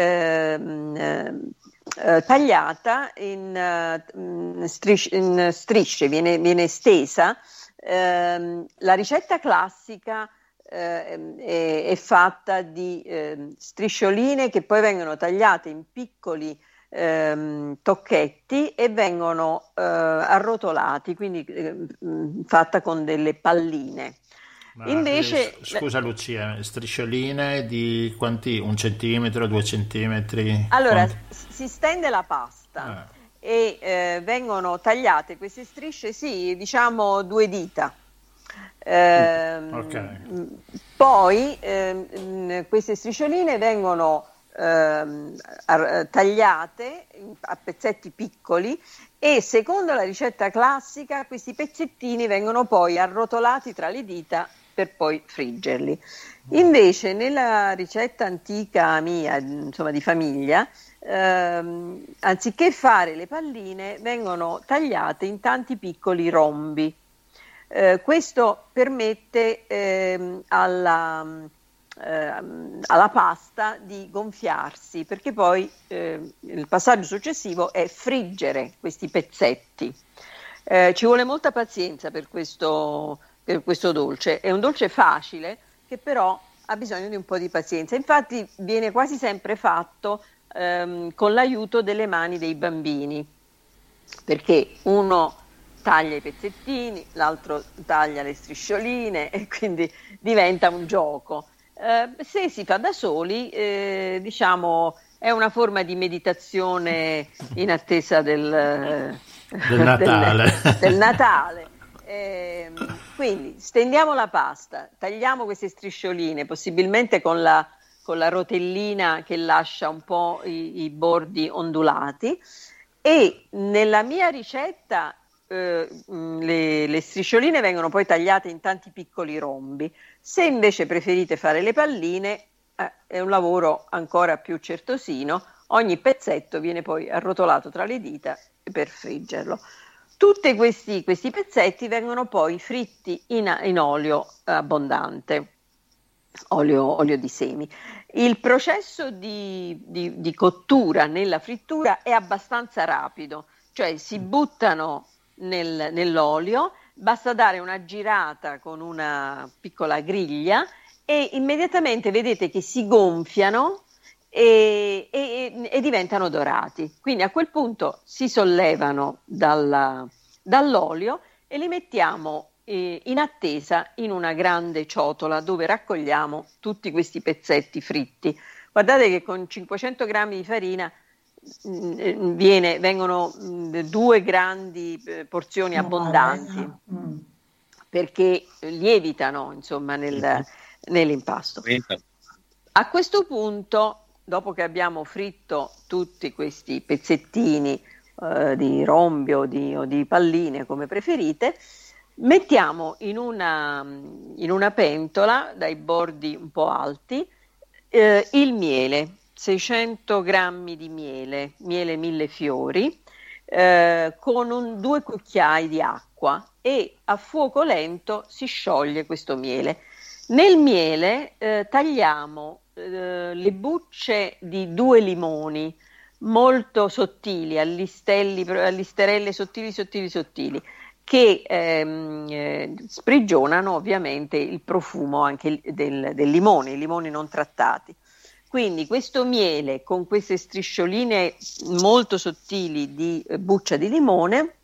tagliata in strisce, viene stesa. La ricetta classica è fatta di striscioline che poi vengono tagliate in piccoli tocchetti e vengono arrotolati, quindi fatta con delle palline. Invece, scusa Lucia, striscioline di quanti? 1 centimetro, 2 centimetri? Allora, si stende la pasta e vengono tagliate queste strisce, sì, diciamo 2 dita. Poi queste striscioline vengono tagliate a pezzetti piccoli e secondo la ricetta classica questi pezzettini vengono poi arrotolati tra le dita per poi friggerli. Invece nella ricetta antica mia, insomma di famiglia, anziché fare le palline vengono tagliate in tanti piccoli rombi. Questo permette alla pasta di gonfiarsi, perché poi il passaggio successivo è friggere questi pezzetti. Ci vuole molta pazienza per questo dolce. È un dolce facile che però ha bisogno di un po' di pazienza. Infatti viene quasi sempre fatto con l'aiuto delle mani dei bambini, perché uno taglia i pezzettini, l'altro taglia le striscioline e quindi diventa un gioco. Se si fa da soli, diciamo, è una forma di meditazione in attesa del Natale. del Natale. Quindi stendiamo la pasta, tagliamo queste striscioline, possibilmente con la con la rotellina che lascia un po' i bordi ondulati. E nella mia ricetta le striscioline vengono poi tagliate in tanti piccoli rombi. Se invece preferite fare le palline, è un lavoro ancora più certosino. Ogni pezzetto viene poi arrotolato tra le dita per friggerlo. Tutti questi pezzetti vengono poi fritti in olio abbondante, olio di semi. Il processo di cottura nella frittura è abbastanza rapido, cioè si buttano nell'olio, basta dare una girata con una piccola griglia e immediatamente vedete che si gonfiano e diventano dorati. Quindi a quel punto si sollevano dall'olio e li mettiamo in attesa in una grande ciotola dove raccogliamo tutti questi pezzetti fritti. Guardate che con 500 grammi di farina vengono 2 grandi porzioni abbondanti, perché lievitano, insomma, nell'impasto. A questo punto, dopo che abbiamo fritto tutti questi pezzettini di rombi o di palline, come preferite, mettiamo in una pentola dai bordi un po' alti il miele, 600 grammi di miele millefiori, con 2 cucchiai di acqua, e a fuoco lento si scioglie questo miele. Nel miele tagliamo le bucce di 2 limoni molto sottili, a listerelle sottili, che sprigionano ovviamente il profumo anche del limone, i limoni non trattati. Quindi questo miele con queste striscioline molto sottili di buccia di limone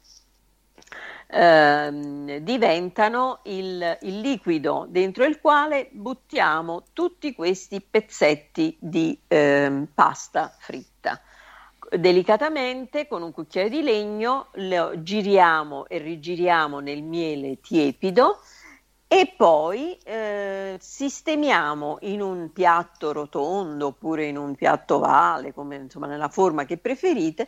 diventano il liquido dentro il quale buttiamo tutti questi pezzetti di pasta fritta. Delicatamente con un cucchiaio di legno lo giriamo e rigiriamo nel miele tiepido e poi sistemiamo in un piatto rotondo oppure in un piatto ovale, come insomma nella forma che preferite,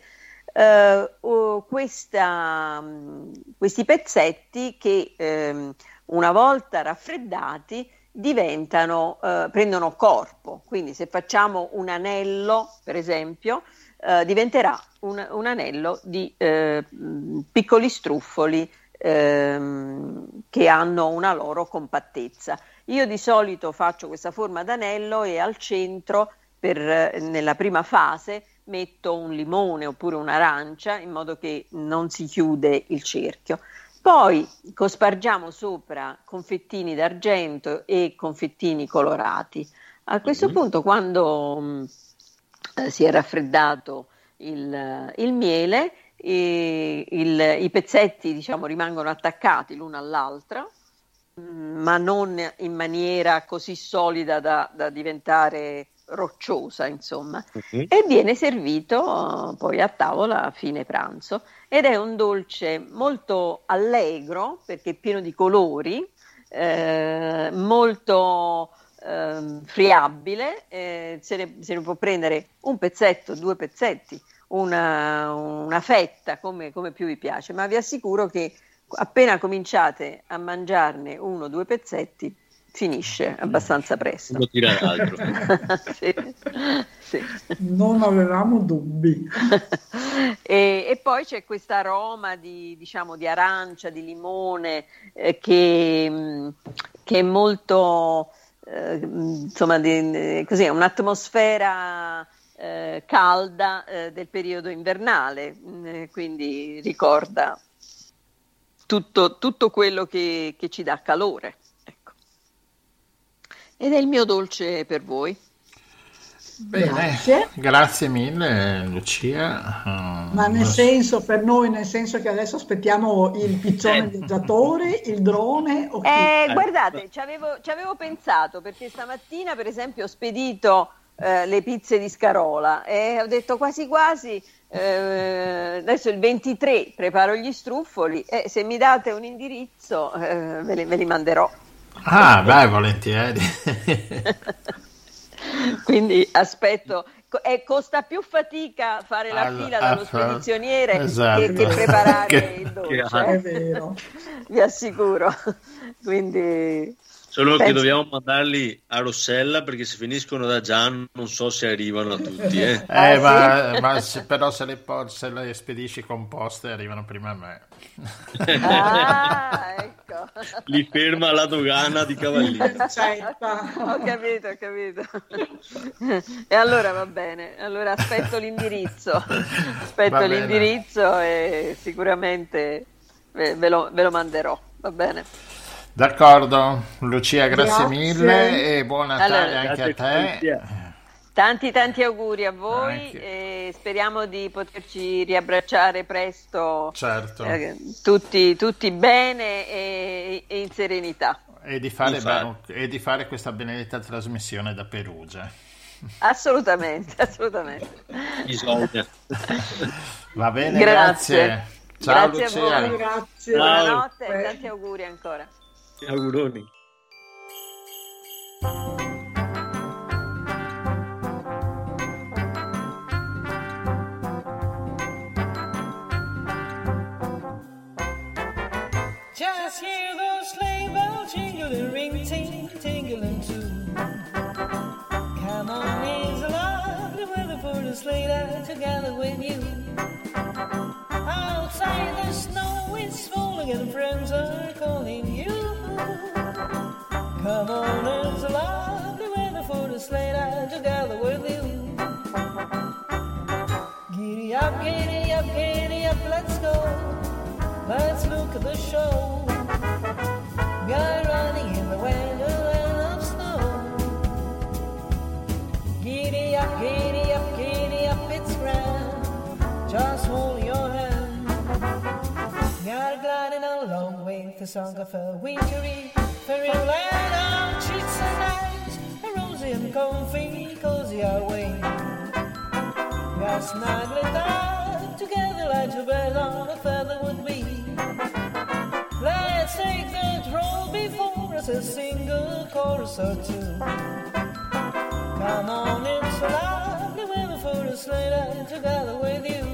questi pezzetti che una volta raffreddati prendono corpo. Quindi se facciamo un anello, per esempio, diventerà un anello di piccoli struffoli che hanno una loro compattezza. Io di solito faccio questa forma d'anello e al centro, nella prima fase, metto un limone oppure un'arancia in modo che non si chiude il cerchio. Poi cospargiamo sopra confettini d'argento e confettini colorati. A questo punto, quando si è raffreddato il miele, i pezzetti, diciamo, rimangono attaccati l'uno all'altra, ma non in maniera così solida da diventare rocciosa, insomma, e viene servito poi a tavola a fine pranzo, ed è un dolce molto allegro perché è pieno di colori, molto friabile, se ne può prendere un pezzetto, 2 pezzetti, una fetta, come più vi piace, ma vi assicuro che appena cominciate a mangiarne 1 o 2 pezzetti finisce abbastanza presto. Non tira l'altro. Sì. Non avevamo dubbi. E poi c'è questo aroma di arancia, di limone, che è molto insomma, così, è un'atmosfera calda del periodo invernale, quindi ricorda tutto quello che ci dà calore, ecco. Ed è il mio dolce per voi. Bene, grazie mille Lucia. Ma nel senso, per noi, nel senso che adesso aspettiamo il piccione viaggiatore, il drone o guardate, ci avevo pensato, perché stamattina per esempio ho spedito le pizze di Scarola e ho detto quasi adesso il 23 preparo gli struffoli e se mi date un indirizzo ve li manderò. Ah, beh, volentieri. Quindi aspetto, costa più fatica fare la fila dallo spedizioniere esatto. che preparare il dolce. È vero. Vi assicuro. Quindi Solo che dobbiamo mandarli a Rossella, perché se finiscono da Gian non so se arrivano a tutti. Però se le spedisci composte arrivano prima a me. Ecco. Li ferma la dogana di Cavallino. Ho capito. E allora va bene, allora aspetto l'indirizzo. E sicuramente ve lo manderò, va bene. D'accordo, Lucia, grazie mille e buon Natale anche a te. Tanti auguri a voi e speriamo di poterci riabbracciare presto, certo. Tutti bene e in serenità. E di fare questa benedetta trasmissione da Perugia. Assolutamente. Bisogna. Va bene, grazie. Ciao grazie Lucia. A voi. Grazie. Buonanotte e tanti auguri ancora. Auguroni. Just hear those sleigh bells jingling, ring, ting, tingling too. Come on, it's a lovely weather for the sleigh ride together with you. Outside the snow is falling and friends are calling you. Come on, it's a lovely weather for the sleigh ride together with you. Giddy up, giddy up, giddy up, let's go. Let's look at the show. Guy running in the wonderland of snow. Giddy up, giddy up, giddy up, it's grand. Just hold your hand. You're gliding along with the song of a wintry fairyland. Our cheeks are nice, rosy and comfy, cozy our way. We're snuggling down together like two birds on a feather would be. Let's take that roll before us, a single chorus or two. Come on, it's a lovely weather for a sleigh ride together with you.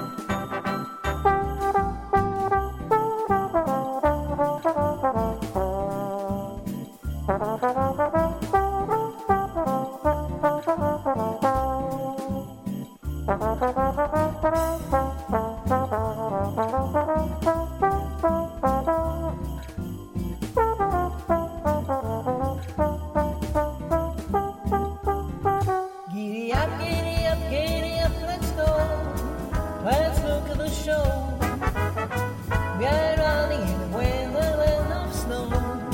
Giddy up, giddy up, giddy up, let's go. Let's look at the show. We are running in the wonderland of snow.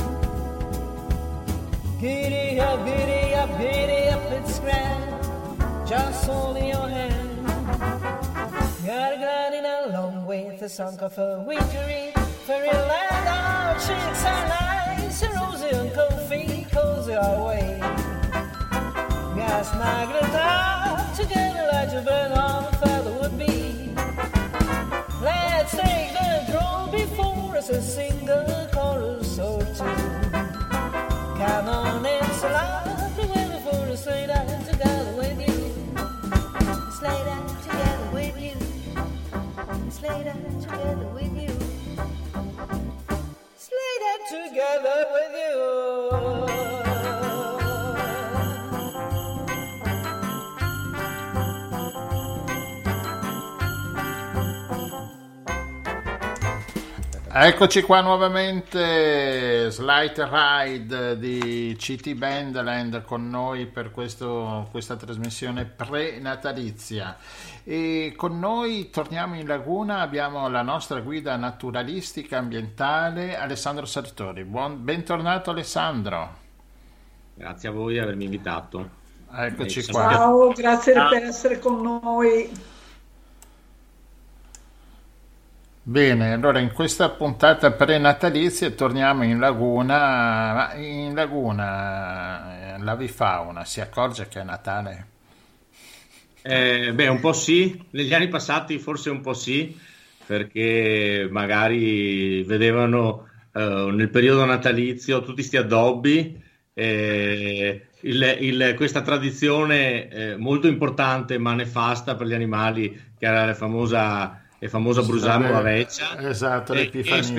Giddy up, giddy up, giddy up, it's grand. Just holding your hand. We are gliding along with the song of a wintry fairyland. Our cheeks are nice, rosy and comfy, cozy our way. We are snuggled up together like a bird on a feather would be. Let's take the throne before us, a single chorus or two. Come on, it's a lovely weather for a sleigh ride together with you. Sleigh ride together with you. Sleigh ride together with you. Sleigh ride together with you. Eccoci qua nuovamente, Slight Ride di CT Bandland con noi per questa trasmissione pre-natalizia. E con noi torniamo in Laguna, abbiamo la nostra guida naturalistica ambientale Alessandro Sartori. Bentornato Alessandro. Grazie a voi di avermi invitato. Eccoci qua. Ciao, grazie per essere con noi. Bene, allora in questa puntata pre-natalizia torniamo in Laguna, ma in Laguna l'avifauna si accorge che è Natale? Un po' sì, negli anni passati forse un po' sì, perché magari vedevano nel periodo natalizio tutti sti addobbi questa tradizione molto importante ma nefasta per gli animali, che era la famosa Brusamo la Vecchia, esatto, e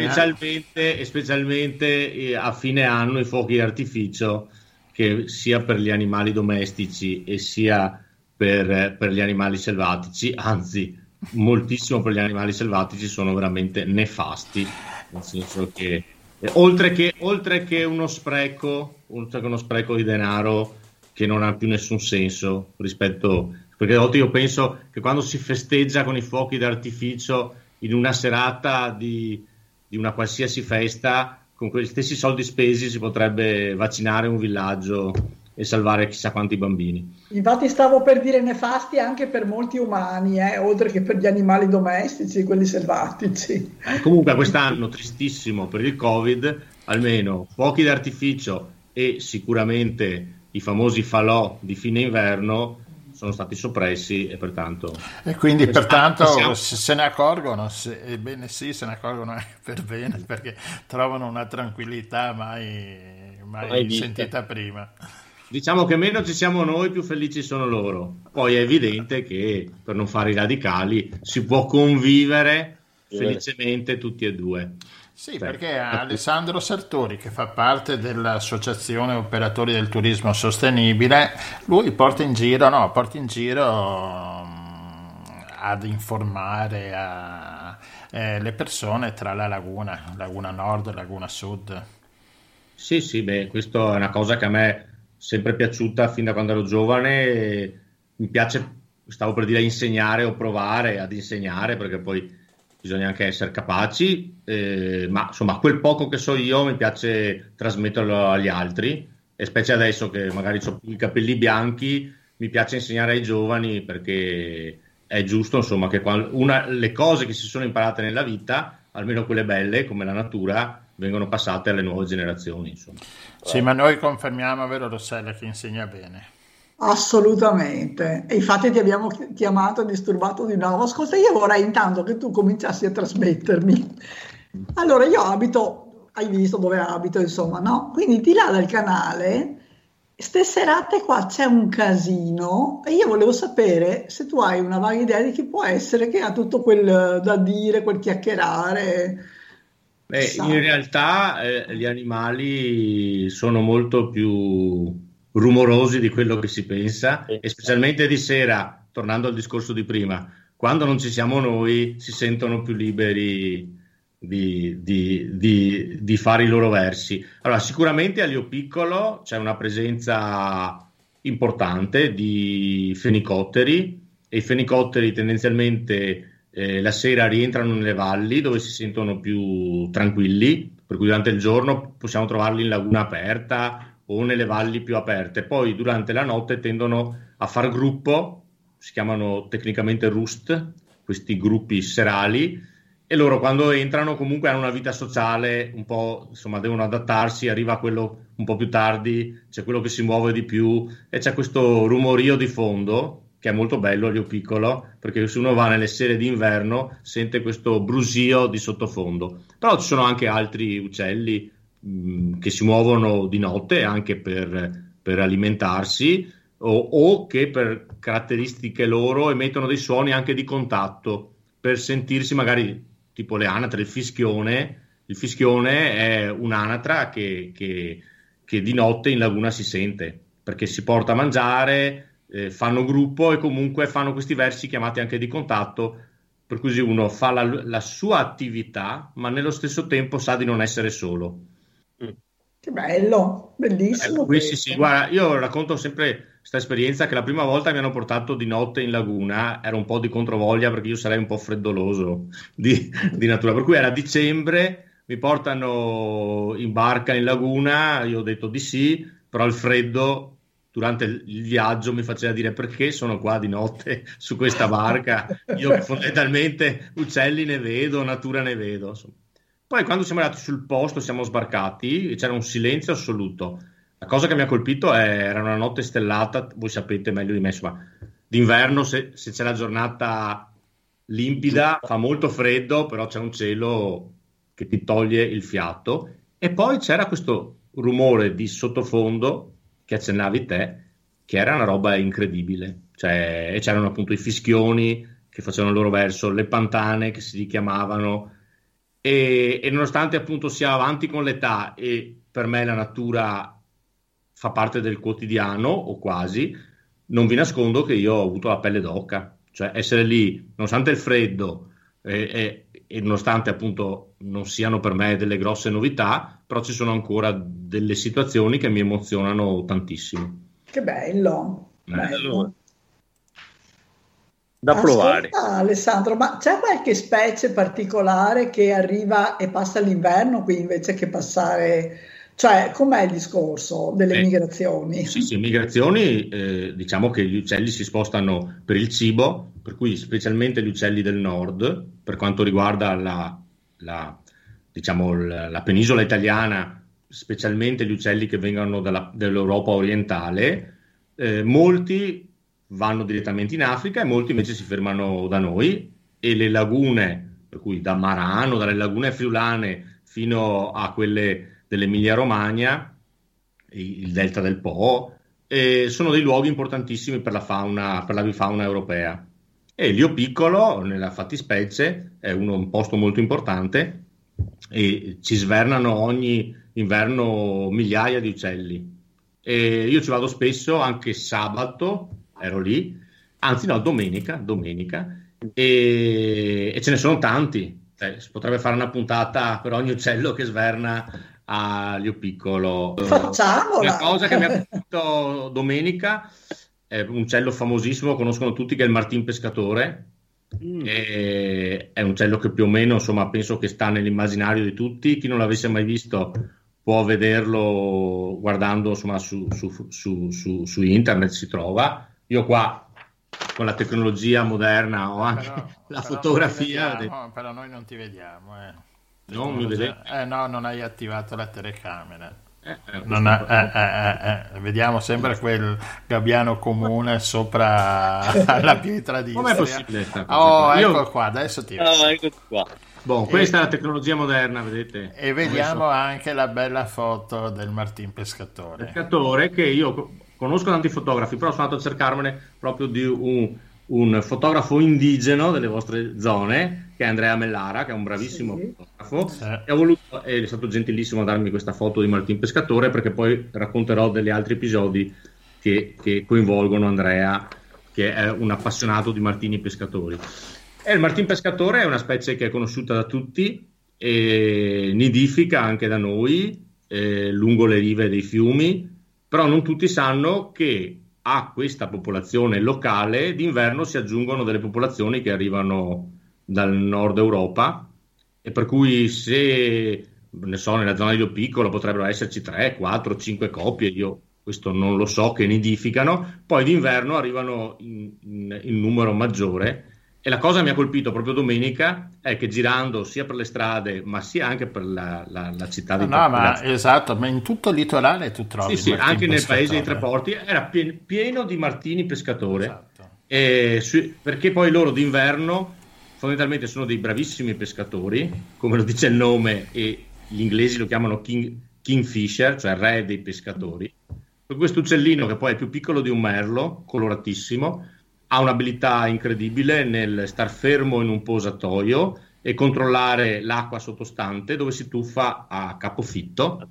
specialmente a fine anno i fuochi d'artificio, che sia per gli animali domestici e sia per gli animali selvatici, anzi moltissimo per gli animali selvatici, sono veramente nefasti, nel senso che oltre che uno spreco di denaro che non ha più nessun senso rispetto, perché a volte io penso che quando si festeggia con i fuochi d'artificio in una serata di una qualsiasi festa, con quegli stessi soldi spesi si potrebbe vaccinare un villaggio e salvare chissà quanti bambini. Infatti stavo per dire nefasti anche per molti umani, oltre che per gli animali domestici, quelli selvatici. Comunque quest'anno tristissimo per il Covid, almeno fuochi d'artificio e sicuramente i famosi falò di fine inverno sono stati soppressi, e pertanto se ne accorgono, ebbene sì, se ne accorgono per bene, perché trovano una tranquillità mai sentita prima. Diciamo che meno ci siamo noi, più felici sono loro. Poi è evidente che, per non fare i radicali, si può convivere felicemente tutti e due. Sì, perché Alessandro Sartori, che fa parte dell'Associazione Operatori del Turismo Sostenibile, lui porta in giro ad informare le persone tra la Laguna Nord, Laguna Sud. Sì, beh, questa è una cosa che a me è sempre piaciuta fin da quando ero giovane. Mi piace, stavo per dire, insegnare o provare ad insegnare, perché poi bisogna anche essere capaci, ma insomma quel poco che so io mi piace trasmetterlo agli altri, e specie adesso che magari ho i capelli bianchi, mi piace insegnare ai giovani, perché è giusto, insomma, che le cose che si sono imparate nella vita, almeno quelle belle come la natura, vengono passate alle nuove generazioni, insomma. Sì, ma noi confermiamo, vero Rossella, che insegna bene. Assolutamente, e infatti ti abbiamo chiamato e disturbato di nuovo. Ascolta, io vorrei intanto che tu cominciassi a trasmettermi. Allora, io abito, hai visto dove abito, insomma, no? Quindi di là dal canale, ste serate qua c'è un casino, e io volevo sapere se tu hai una vaga idea di chi può essere che ha tutto quel da dire, quel chiacchierare. In realtà gli animali sono molto più rumorosi di quello che si pensa, e specialmente di sera, tornando al discorso di prima, quando non ci siamo noi si sentono più liberi di fare i loro versi. Allora, sicuramente a Lio Piccolo c'è una presenza importante di fenicotteri, e i fenicotteri tendenzialmente la sera rientrano nelle valli dove si sentono più tranquilli, per cui durante il giorno possiamo trovarli in laguna aperta o nelle valli più aperte. Poi durante la notte tendono a far gruppo, si chiamano tecnicamente roost, questi gruppi serali, e loro quando entrano comunque hanno una vita sociale un po', insomma, devono adattarsi, arriva quello un po' più tardi, c'è quello che si muove di più, e c'è questo rumorio di fondo che è molto bello a Lio Piccolo, perché se uno va nelle sere d'inverno sente questo brusio di sottofondo. Però ci sono anche altri uccelli che si muovono di notte anche per alimentarsi, o che per caratteristiche loro emettono dei suoni anche di contatto, per sentirsi, magari tipo le anatre, il fischione è un'anatra che di notte in laguna si sente, perché si porta a mangiare, fanno gruppo e comunque fanno questi versi chiamati anche di contatto, per cui uno fa la sua attività ma nello stesso tempo sa di non essere solo. Che bello, bellissimo. Sì, guarda, io racconto sempre questa esperienza, che la prima volta mi hanno portato di notte in laguna, era un po' di controvoglia perché io sarei un po' freddoloso di natura, per cui era dicembre, mi portano in barca in laguna, io ho detto di sì, però il freddo durante il viaggio mi faceva dire: perché sono qua di notte su questa barca, io fondamentalmente uccelli ne vedo, natura ne vedo, insomma. Poi quando siamo arrivati sul posto, siamo sbarcati e c'era un silenzio assoluto. La cosa che mi ha colpito era una notte stellata, voi sapete meglio di me, insomma, d'inverno se c'è la giornata limpida fa molto freddo, però c'è un cielo che ti toglie il fiato. E poi c'era questo rumore di sottofondo che accennavi te, che era una roba incredibile. Cioè, c'erano appunto i fischioni che facevano il loro verso, le pantane che si richiamavano, e nonostante appunto sia avanti con l'età e per me la natura fa parte del quotidiano o quasi, non vi nascondo che io ho avuto la pelle d'oca, cioè essere lì nonostante il freddo e nonostante appunto non siano per me delle grosse novità, però ci sono ancora delle situazioni che mi emozionano tantissimo. Che bello. Bello. Da provare. Ascolta, Alessandro, ma c'è qualche specie particolare che arriva e passa l'inverno qui invece che passare, cioè com'è il discorso delle migrazioni? Sì, migrazioni, diciamo che gli uccelli si spostano per il cibo, per cui specialmente gli uccelli del nord, per quanto riguarda la penisola italiana, specialmente gli uccelli che vengono dell'Europa orientale, molti vanno direttamente in Africa e molti invece si fermano da noi, e le lagune, per cui da Marano, dalle lagune friulane fino a quelle dell'Emilia Romagna, il delta del Po, sono dei luoghi importantissimi per la bifauna europea. E Lio Piccolo, nella fattispecie, è un posto molto importante e ci svernano ogni inverno migliaia di uccelli. E io ci vado spesso, anche sabato ero lì, anzi no, domenica, e ce ne sono tanti. Si potrebbe fare una puntata per ogni uccello che sverna a Lio Piccolo. Facciamola! Una cosa che mi ha detto domenica, è un uccello famosissimo, conoscono tutti, che è il martin pescatore. È un uccello che più o meno, insomma, penso che sta nell'immaginario di tutti. Chi non l'avesse mai visto può vederlo guardando, insomma, su internet, si trova. Io qua con la tecnologia moderna ho anche la fotografia. Però noi non ti vediamo. Non mi vedete? No, non hai attivato la telecamera. Vediamo sempre quel gabbiano comune sopra la pietra di Com'è possibile? Ecco qua, adesso ti vedo. Ecco qua. Questa è la tecnologia moderna, vedete? E vediamo anche la bella foto del martin pescatore. Che io conosco tanti fotografi, però sono andato a cercarmene proprio di un fotografo indigeno delle vostre zone, che è Andrea Mellara, che è un bravissimo fotografo. Sì. È stato gentilissimo a darmi questa foto di martin pescatore, perché poi racconterò degli altri episodi che coinvolgono Andrea, che è un appassionato di martini pescatori. E il martin pescatore è una specie che è conosciuta da tutti, e nidifica anche da noi, lungo le rive dei fiumi, però non tutti sanno che a questa popolazione locale d'inverno si aggiungono delle popolazioni che arrivano dal nord Europa, e per cui se nella zona di Lio Piccolo potrebbero esserci 3, 4, 5 coppie, io questo non lo so, che nidificano, poi d'inverno arrivano in numero maggiore. E la cosa che mi ha colpito proprio domenica è che girando sia per le strade, ma sia anche per la città di esatto, ma in tutto il litorale tu trovi sì, anche nel paese dei Tre Porti era pieno di martini pescatore. Esatto. Perché poi loro d'inverno fondamentalmente sono dei bravissimi pescatori, come lo dice il nome, e gli inglesi lo chiamano kingfisher, cioè re dei pescatori. Questo uccellino, che poi è più piccolo di un merlo, coloratissimo, ha un'abilità incredibile nel star fermo in un posatoio e controllare l'acqua sottostante, dove si tuffa a capofitto,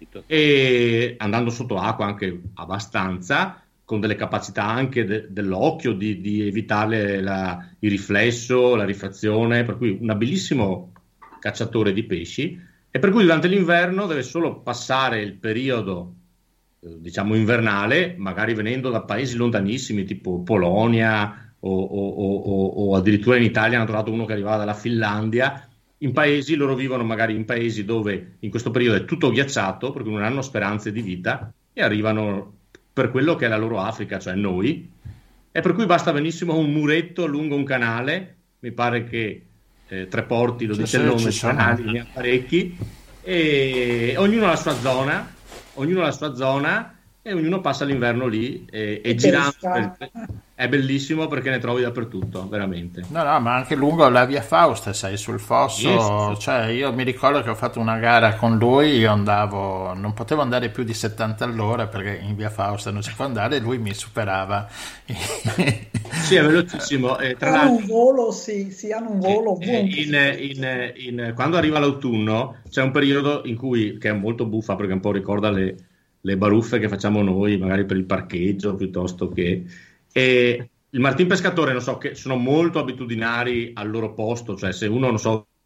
e andando sotto acqua anche abbastanza, con delle capacità anche dell'occhio di evitare il riflesso, la rifrazione, per cui un abilissimo cacciatore di pesci, e per cui durante l'inverno deve solo passare il periodo diciamo invernale, magari venendo da paesi lontanissimi tipo Polonia o addirittura in Italia hanno trovato uno che arrivava dalla Finlandia. Loro vivono magari in paesi dove in questo periodo è tutto ghiacciato, per cui non hanno speranze di vita, e arrivano per quello che è la loro Africa, cioè noi, e per cui basta benissimo un muretto lungo un canale. Mi pare che Tre Porti lo dice il nome, canali ne ha parecchi, e ognuno ha la sua zona, e ognuno passa l'inverno lì, e girando è bellissimo perché ne trovi dappertutto, veramente. No, ma anche lungo la via Fausta, sai, sul fosso, Yes. cioè io mi ricordo che ho fatto una gara con lui, io andavo, non potevo andare più di 70 all'ora perché in via Fausta non si può andare, e lui mi superava. Sì, è velocissimo. Tra Hanno l'altro, un volo, sì, hanno un volo ovunque. quando arriva l'autunno c'è un periodo in cui, che è molto buffa perché un po' ricorda le baruffe che facciamo noi, magari per il parcheggio piuttosto che. E il Martin Pescatore, non so, che sono molto abitudinari al loro posto, cioè se uno,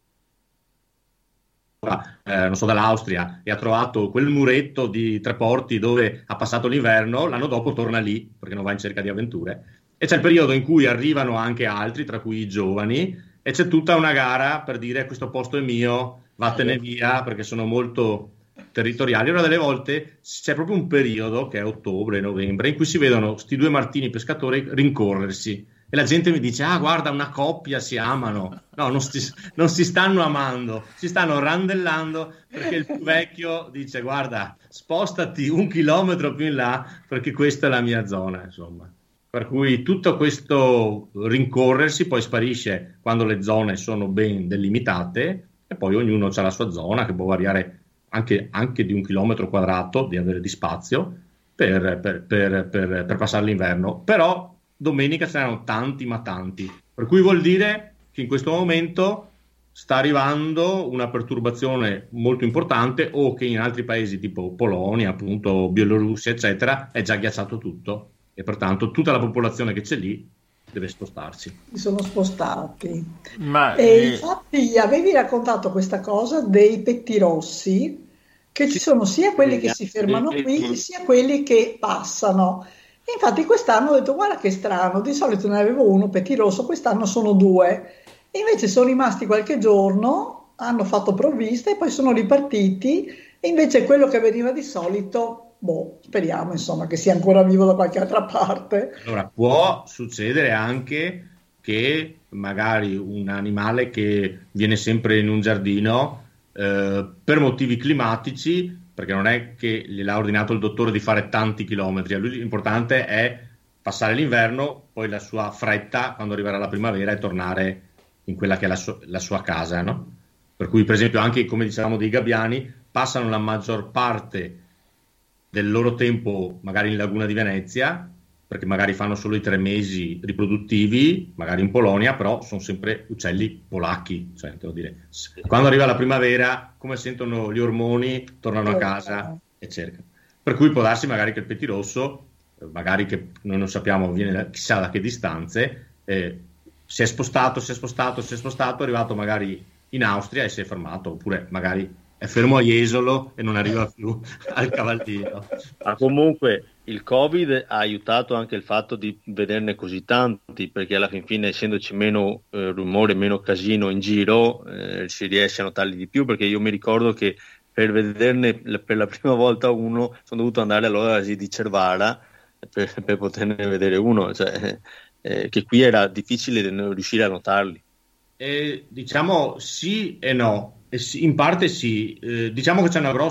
non so, dall'Austria e ha trovato quel muretto di Tre Porti dove ha passato l'inverno, l'anno dopo torna lì perché non va in cerca di avventure. E c'è il periodo in cui arrivano anche altri, tra cui i giovani, e c'è tutta una gara per dire questo posto è mio, vattene via, perché sono molto territoriali. Ora delle volte c'è proprio un periodo, che è ottobre, novembre, in cui si vedono sti due martini pescatori rincorrersi. E la gente mi dice, guarda, una coppia, si amano. No, non si stanno amando, si stanno randellando perché il più vecchio dice, guarda, spostati 1 chilometro più in là perché questa è la mia zona, insomma. Per cui tutto questo rincorrersi poi sparisce quando le zone sono ben delimitate e poi ognuno ha la sua zona che può variare anche di 1 chilometro quadrato di avere di spazio per passare l'inverno. Però domenica saranno tanti ma tanti, per cui vuol dire che in questo momento sta arrivando una perturbazione molto importante, o che in altri paesi tipo Polonia, appunto Bielorussia eccetera, è già ghiacciato tutto e pertanto tutta la popolazione che c'è lì deve spostarsi. Si sono spostati. Ma E infatti avevi raccontato questa cosa dei pettirossi, che ci sono sia quelli che si fermano qui, sia quelli che passano. E infatti quest'anno ho detto, guarda che strano, di solito ne avevo uno pettirosso, quest'anno sono 2. E invece sono rimasti qualche giorno, hanno fatto provvista e poi sono ripartiti. E invece quello che veniva di solito, speriamo insomma che sia ancora vivo da qualche altra parte. Allora, può succedere anche che magari un animale che viene sempre in un giardino per motivi climatici, perché non è che gliel'ha ordinato il dottore di fare tanti chilometri, a lui l'importante è passare l'inverno, poi la sua fretta quando arriverà la primavera è tornare in quella che è la sua casa, no? Per cui per esempio anche, come dicevamo, dei gabbiani passano la maggior parte del loro tempo magari in Laguna di Venezia, perché magari fanno solo i 3 mesi riproduttivi, magari in Polonia, però sono sempre uccelli polacchi, cioè, devo dire, quando arriva la primavera, come sentono gli ormoni, tornano a casa e cercano. Per cui può darsi magari che il pettirosso, magari che noi non sappiamo, viene da chissà da che distanze, si è spostato, è arrivato magari in Austria e si è fermato, oppure magari è fermo a Jesolo e non arriva più al Cavallino. Ma comunque il Covid ha aiutato anche il fatto di vederne così tanti, perché alla fin fine, essendoci meno rumore, meno casino in giro, si riesce a notarli di più, perché io mi ricordo che per vederne per la prima volta uno sono dovuto andare all'Oasi di Cervara per poterne vedere uno, cioè, che qui era difficile riuscire a notarli. Diciamo sì e no. In parte sì, diciamo che c'è una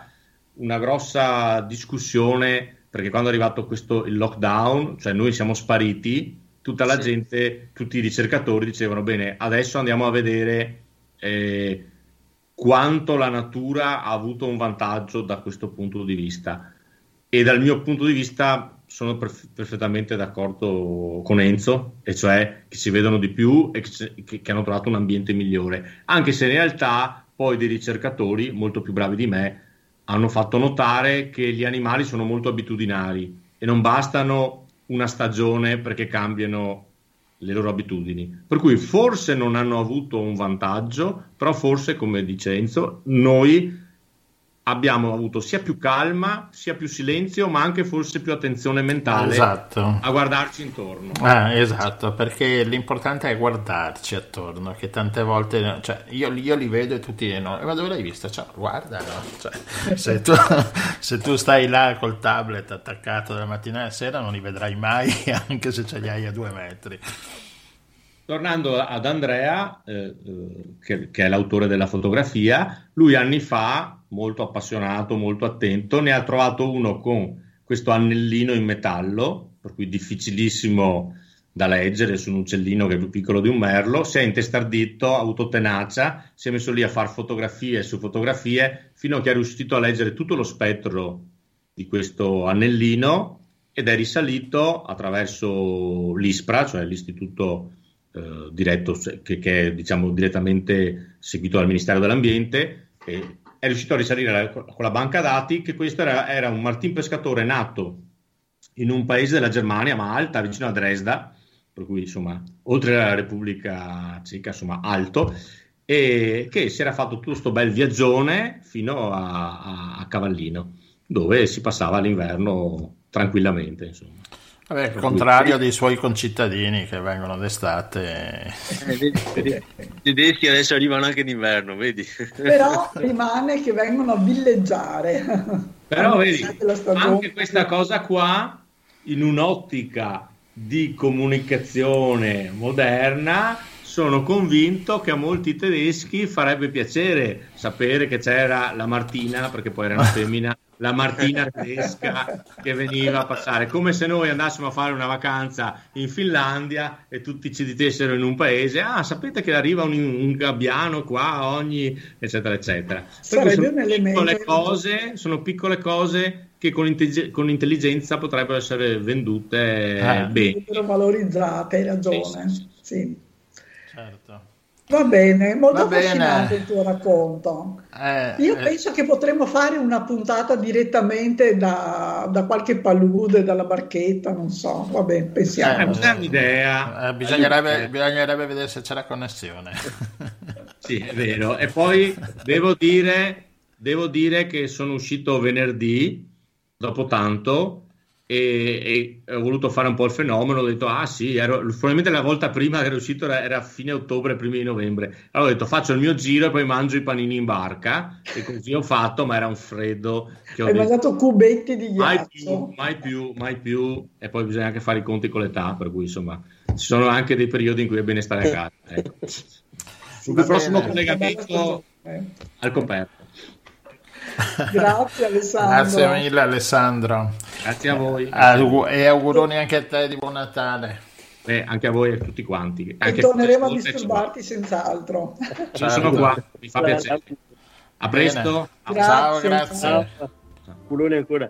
grossa discussione, perché quando è arrivato il lockdown, cioè noi siamo spariti, tutta la gente, tutti i ricercatori dicevano bene, adesso andiamo a vedere quanto la natura ha avuto un vantaggio da questo punto di vista. E dal mio punto di vista sono perfettamente d'accordo con Enzo, e cioè che si vedono di più e che hanno trovato un ambiente migliore, anche se in realtà poi dei ricercatori molto più bravi di me hanno fatto notare che gli animali sono molto abitudinari e non bastano una stagione perché cambiano le loro abitudini, per cui forse non hanno avuto un vantaggio, però forse, come dice Enzo, noi abbiamo avuto sia più calma, sia più silenzio, ma anche forse più attenzione mentale, esatto, a guardarci intorno. Esatto, perché l'importante è guardarci attorno, che tante volte, cioè, io li vedo e tutti dicono, ma dove l'hai visto? Cioè, guarda, no? Cioè, se tu stai là col tablet attaccato dalla mattina alla sera non li vedrai mai, anche se ce li hai a 2 metri. Tornando ad Andrea, che è l'autore della fotografia, lui anni fa, molto appassionato, molto attento, ne ha trovato uno con questo anellino in metallo, per cui difficilissimo da leggere su un uccellino che è più piccolo di un merlo. Si è intestardito, ha avuto tenacia, si è messo lì a fare fotografie su fotografie fino a che è riuscito a leggere tutto lo spettro di questo anellino ed è risalito attraverso l'ISPRA, cioè l'istituto diretto che è diciamo direttamente seguito dal Ministero dell'Ambiente, e è riuscito a risalire con la banca dati che questo era un martin pescatore nato in un paese della Germania, Malta, vicino a Dresda, per cui insomma oltre alla Repubblica Ceca, insomma alto, e che si era fatto tutto questo bel viaggione fino a Cavallino, dove si passava l'inverno tranquillamente, insomma. Vabbè, al contrario dei suoi concittadini che vengono d'estate. I tedeschi adesso arrivano anche d'inverno, vedi? Però rimane che vengono a villeggiare. Però vedi, anche questa cosa qua, in un'ottica di comunicazione moderna, sono convinto che a molti tedeschi farebbe piacere sapere che c'era la Martina, perché poi era una femmina, la Martina tedesca che veniva a passare, come se noi andassimo a fare una vacanza in Finlandia e tutti ci dicessero in un paese: ah, sapete che arriva un gabbiano qua ogni, eccetera eccetera. Sono piccole cose che con intelligenza potrebbero essere vendute bene, valorizzate, hai ragione. Sì. Certo. Va bene, molto affascinante il tuo racconto. Io penso che potremmo fare una puntata direttamente da qualche palude, dalla barchetta, non so, va bene, pensiamo. È un'idea. Bisognerebbe vedere se c'è la connessione. Sì, è vero. E poi devo dire che sono uscito venerdì, dopo tanto, e ho voluto fare un po' il fenomeno. Ho detto probabilmente la volta prima che ero uscito era fine ottobre, primi di novembre, allora ho detto faccio il mio giro e poi mangio i panini in barca, e così ho fatto, ma era un freddo che hai mangiato cubetti di ghiaccio. Mai più, e poi bisogna anche fare i conti con l'età, per cui insomma ci sono anche dei periodi in cui è bene stare a casa, ecco. Sul prossimo collegamento al coperto. Grazie Alessandro. Grazie mille Alessandro. Grazie a voi. E auguroni anche a te di buon Natale. Anche a voi e a tutti quanti. E torneremo a disturbarti senz'altro. Sono qua, mi fa piacere. A presto. Ciao, grazie. Auguroni ancora.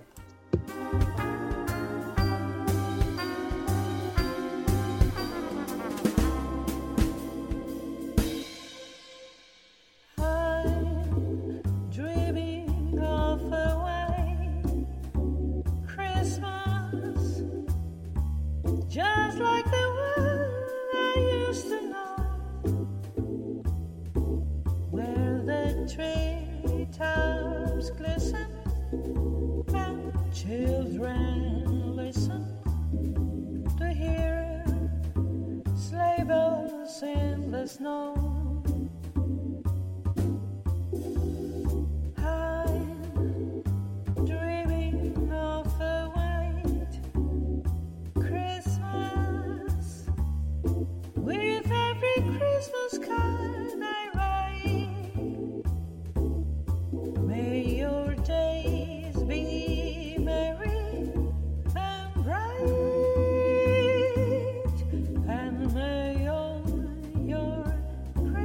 Just like the one I used to know, where the treetops glisten and children listen to hear sleigh bells in the snow. I'm dreaming of a white Christmas, with every Christmas card I write. May your days be merry and bright, and may all your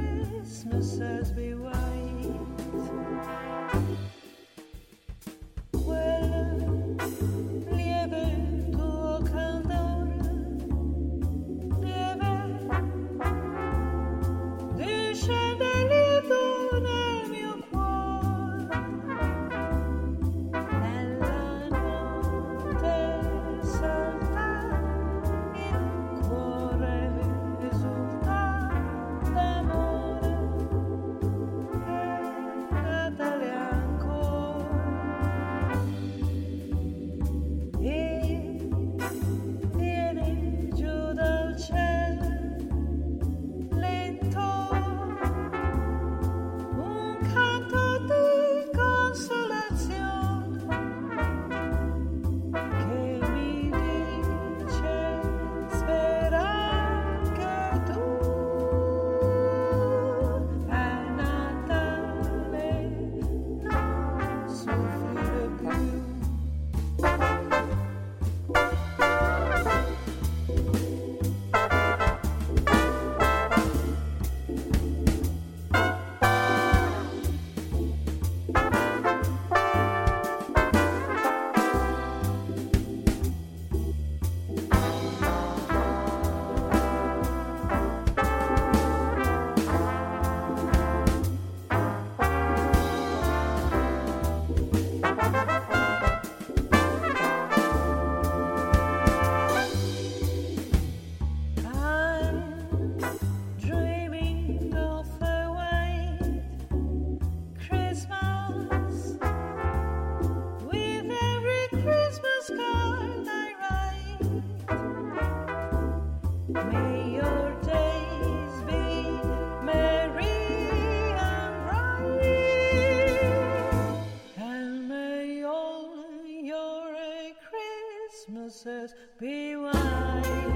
Christmases be white.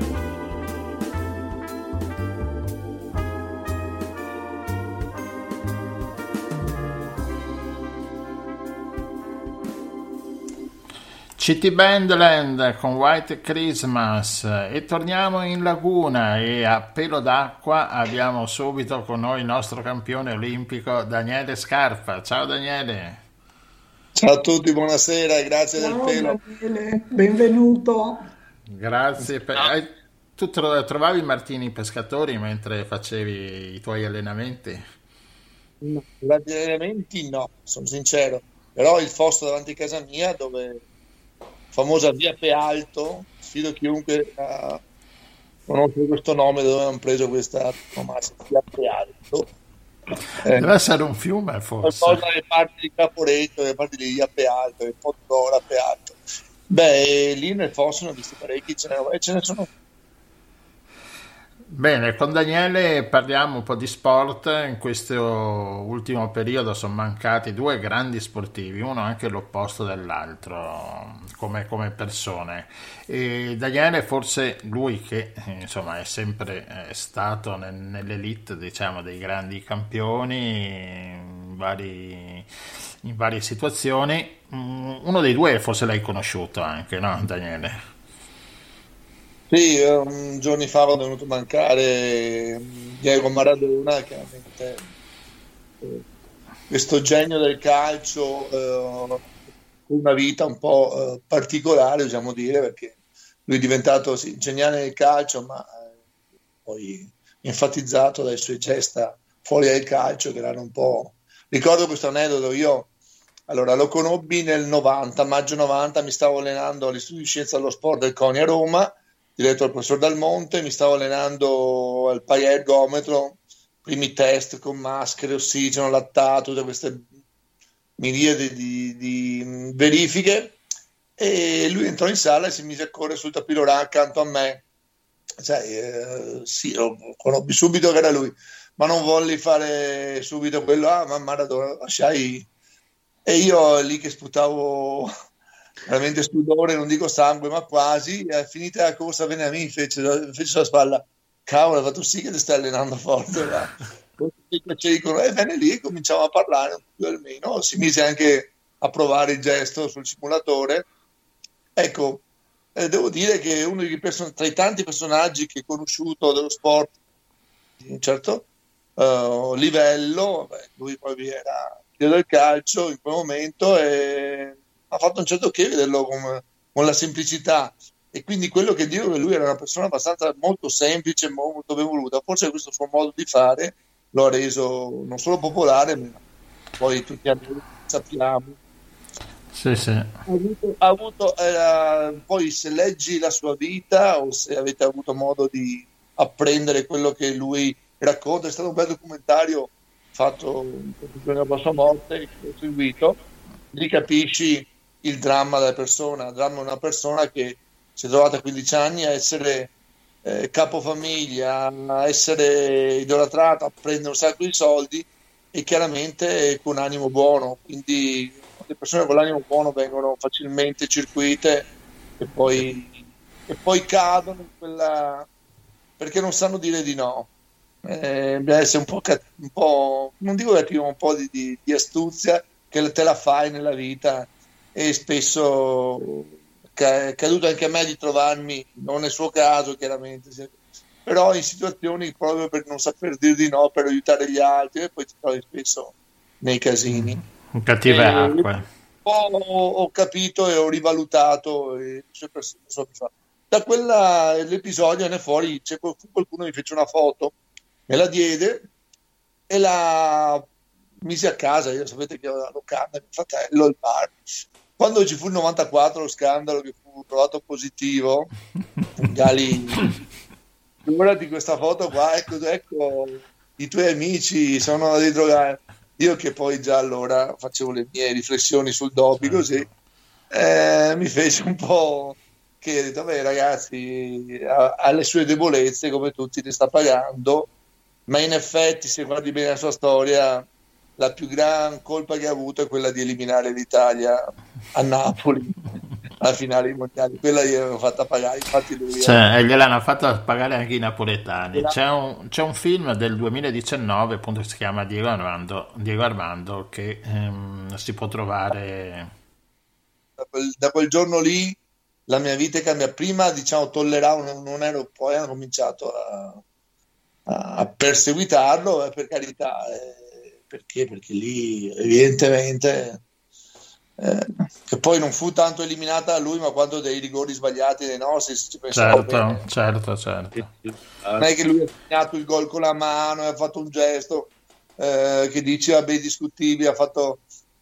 City Bandland con White Christmas, e torniamo in laguna, e a pelo d'acqua abbiamo subito con noi il nostro campione olimpico Daniele Scarpa. Ciao Daniele. Ciao a tutti, buonasera, grazie del Ciao pelo. Daniele, benvenuto. Grazie. Tu trovavi Martini Pescatori mentre facevi i tuoi allenamenti? No, durante gli allenamenti no, sono sincero, però il posto davanti a casa mia, dove famosa via Pealto, sfido chiunque a conoscere questo nome, dove hanno preso questa via Pealto. Deve essere un fiume, forse. Qualcosa alle parti di Caporetto, alle parti di via Pealto, e Podgora Pealto. Beh, lì nel fosso ne ho visti parecchi, ce ne sono. Bene, con Daniele parliamo un po' di sport. In questo ultimo periodo sono mancati due grandi sportivi, uno anche l'opposto dell'altro come persone. E Daniele, forse lui che insomma è sempre stato nell'elite, diciamo, dei grandi campioni in varie situazioni, uno dei due forse l'hai conosciuto anche, no Daniele? Sì, giorni fa è venuto a mancare Diego Maradona, chiaramente questo genio del calcio, con una vita un po' particolare, possiamo dire, perché lui è diventato sì, geniale nel calcio, ma poi enfatizzato dalle sue gesta fuori dal calcio, che erano un po'... Ricordo questo aneddoto, io allora lo conobbi nel 90, maggio 90, mi stavo allenando all'Istituto di Scienza dello Sport del CONI a Roma, diretto dal professor Dal Monte, mi stavo allenando al paiergometro, primi test con maschere, ossigeno, lattato, tutte queste miriadi di verifiche, e lui entrò in sala e si mise a correre sul tapis accanto a me. Sì, lo conobbi subito che era lui, ma non volli fare subito quello, ma Maradona, lasciai, e io lì che sputavo veramente sudore, non dico sangue, ma quasi, finita la corsa venne a me, mi fece sulla spalla: cavolo, hai fatto sì che ti stai allenando forte, venne lì e cominciamo a parlare un po' più almeno, si mise anche a provare il gesto sul simulatore. Ecco, devo dire che uno tra i tanti personaggi che ho conosciuto dello sport di un certo livello, lui poi era dio del calcio in quel momento, e ha fatto un certo che vederlo con la semplicità, e quindi quello che dico, che lui era una persona abbastanza molto semplice, molto ben voluta. Forse questo suo modo di fare lo ha reso non solo popolare, ma poi tutti sappiamo. Sì. Poi se leggi la sua vita, o se avete avuto modo di apprendere quello che lui racconta, è stato un bel documentario fatto giorni dopo la sua morte, che ho seguito. Lì capisci il dramma della persona. Il dramma è una persona che si è trovata a 15 anni a essere capofamiglia, a essere idolatrata, a prendere un sacco di soldi, e chiaramente con animo buono. Quindi le persone con l'animo buono vengono facilmente circuite e poi cadono in quella, perché non sanno dire di no. Bisogna essere un po', non dico cattivo, un po' di astuzia, che te la fai nella vita, e spesso è caduto anche a me di trovarmi, non nel suo caso chiaramente, però in situazioni proprio per non saper dire di no, per aiutare gli altri, e poi ti trovi spesso nei casini. Cattive acque. Ho capito e ho rivalutato le sue persone. Da quell'episodio ne fuori qualcuno mi fece una foto, me la diede e la mise a casa. Io sapete che avevo la locanda, mio fratello, il bar. Quando ci fu il 94, lo scandalo che fu trovato positivo, Gali, guardati questa foto qua, ecco i tuoi amici sono dei drogati. Io che poi già allora facevo le mie riflessioni sul doping, così mi fece un po' che ho detto, beh ragazzi, ha le sue debolezze come tutti, le sta pagando, ma in effetti se guardi bene la sua storia, la più gran colpa che ha avuto è quella di eliminare l'Italia a Napoli alla finale dei mondiali, quella gli avevo fatta pagare, infatti lui Cioè, e gliel'hanno fatta pagare anche i napoletani. C'è un film del 2019 appunto che si chiama Diego Armando che si può trovare. da quel giorno lì la mia vita cambia. Prima, diciamo, tolleravo, non ero, poi ho cominciato a perseguitarlo, per carità, perché lì evidentemente che poi non fu tanto eliminata da lui, ma quando dei rigori sbagliati dei nostri, se ci pensavo bene. Certo. Non è che lui ha segnato il gol con la mano e ha fatto un gesto che dice vabbè, discutibile, ha fatto.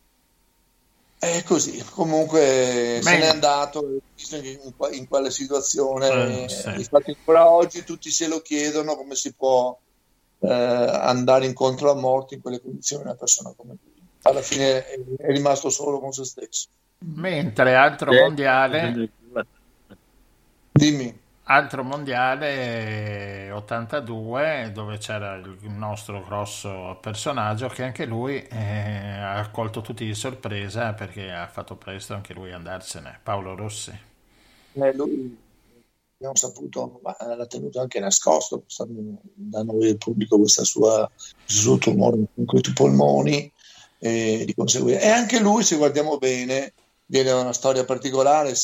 È così, comunque se n'è andato in quella situazione. Sì. Infatti ancora oggi tutti se lo chiedono come si può andare incontro alla morte in quelle condizioni una persona come lui. Alla fine è rimasto solo con se stesso. Mentre altro mondiale Dimmi. Altro mondiale 82 dove c'era il nostro grosso personaggio che anche lui ha colto tutti di sorpresa perché ha fatto presto anche lui andarsene, Paolo Rossi. Lui abbiamo saputo, ma l'ha tenuto anche nascosto, stando da noi il pubblico questo suo tumore in quei polmoni di conseguenza. E anche lui, se guardiamo bene, viene da una storia particolare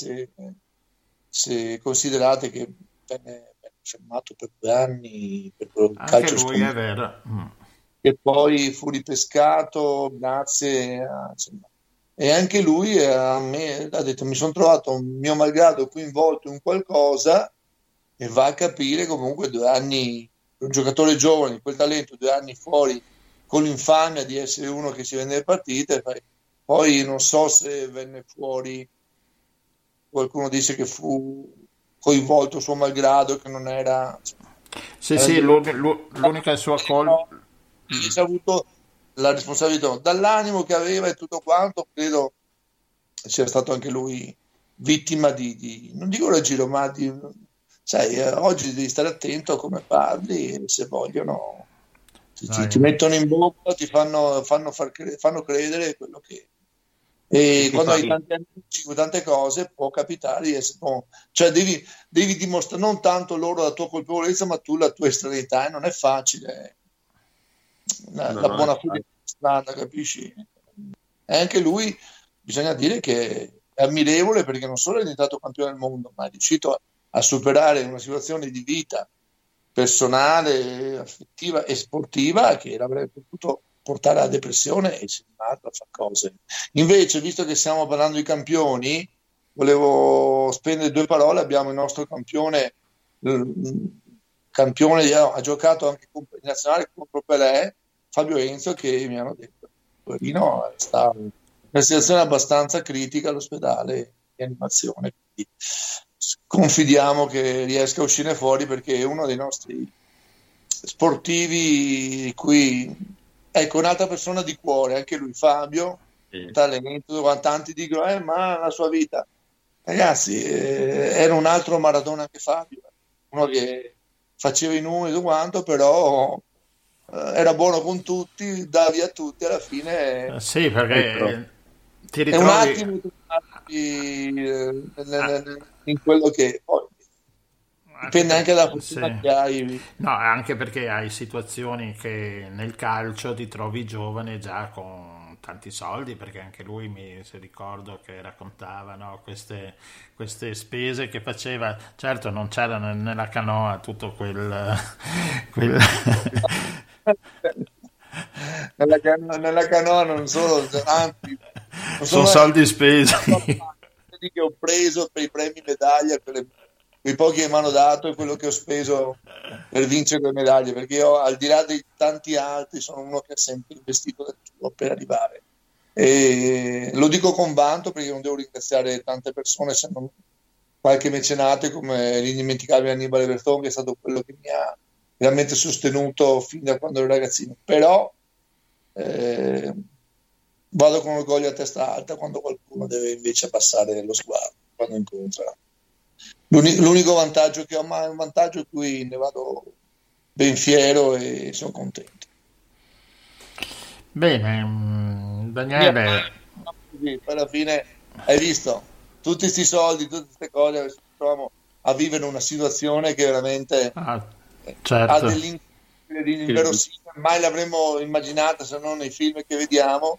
se considerate che venne fermato per 2 anni per quello anche lui è vero, e poi fu ripescato grazie insomma. E anche lui a me ha detto mi sono trovato un mio malgrado coinvolto in qualcosa, e va a capire comunque 2 anni un giocatore giovane, quel talento, 2 anni fuori con l'infamia di essere uno che si vende le partite. Poi non so se venne fuori, qualcuno dice che fu coinvolto suo malgrado, che non era. Sì, l'unica sua colpa. Si è avuto la responsabilità dall'animo che aveva e tutto quanto, credo sia stato anche lui vittima di non dico raggiro, ma sai, oggi devi stare attento a come parli, e se vogliono ti mettono in bocca, ti fanno credere quello che. E quando hai tanti amici, tante cose, può capitare di essere, cioè devi dimostrare non tanto loro la tua colpevolezza, ma tu la tua estraneità, e non è facile. La buona fede strana, capisci? E anche lui, bisogna dire che è ammirevole, perché non solo è diventato campione del mondo, ma è riuscito a superare una situazione di vita personale, affettiva e sportiva che l'avrebbe potuto portare alla depressione, e si è andato a fare cose. Invece, visto che stiamo parlando di campioni, volevo spendere 2 parole. Abbiamo il nostro campione ha giocato anche in nazionale contro Pelé, Fabio Enzo, che mi hanno detto Torino sta in una situazione abbastanza critica all'ospedale di animazione, quindi confidiamo che riesca a uscire fuori, perché è uno dei nostri sportivi di cui. Ecco, un'altra persona di cuore, anche lui, Fabio, talento, tanti dicono, ma la sua vita. Ragazzi, era un altro Maradona che Fabio, uno che faceva i numeri e quanto, però era buono con tutti, davi a tutti, alla fine. Sì, perché ti ritrovi. È un attimo in quello che poi. Dipende anche dalla fortuna che hai. No, anche perché hai situazioni che nel calcio ti trovi giovane già con tanti soldi, perché anche lui mi ricordo che raccontava, no, queste spese che faceva. Certo, non c'era nella canoa tutto quel... nella canoa non solo, anzi, sono soldi spesi che ho preso per i premi medaglia, per quei pochi che mi hanno dato, e quello che ho speso per vincere le medaglie, perché io, al di là di tanti altri, sono uno che ha sempre investito del suo per arrivare, e lo dico con vanto, perché non devo ringraziare tante persone, se non qualche mecenate come l'indimenticabile Annibale Berton, che è stato quello che mi ha veramente sostenuto fin da quando ero ragazzino. Però vado con orgoglio a testa alta quando qualcuno deve invece abbassare lo sguardo quando incontra. L'unico vantaggio che ho, ma è un vantaggio a cui ne vado ben fiero e sono contento. Bene, Daniele. Alla fine, hai visto? tutti questi soldi, tutte queste cose, ci troviamo a vivere una situazione che veramente ha certo. dell'inverosimile, mai l'avremmo immaginata se non nei film che vediamo,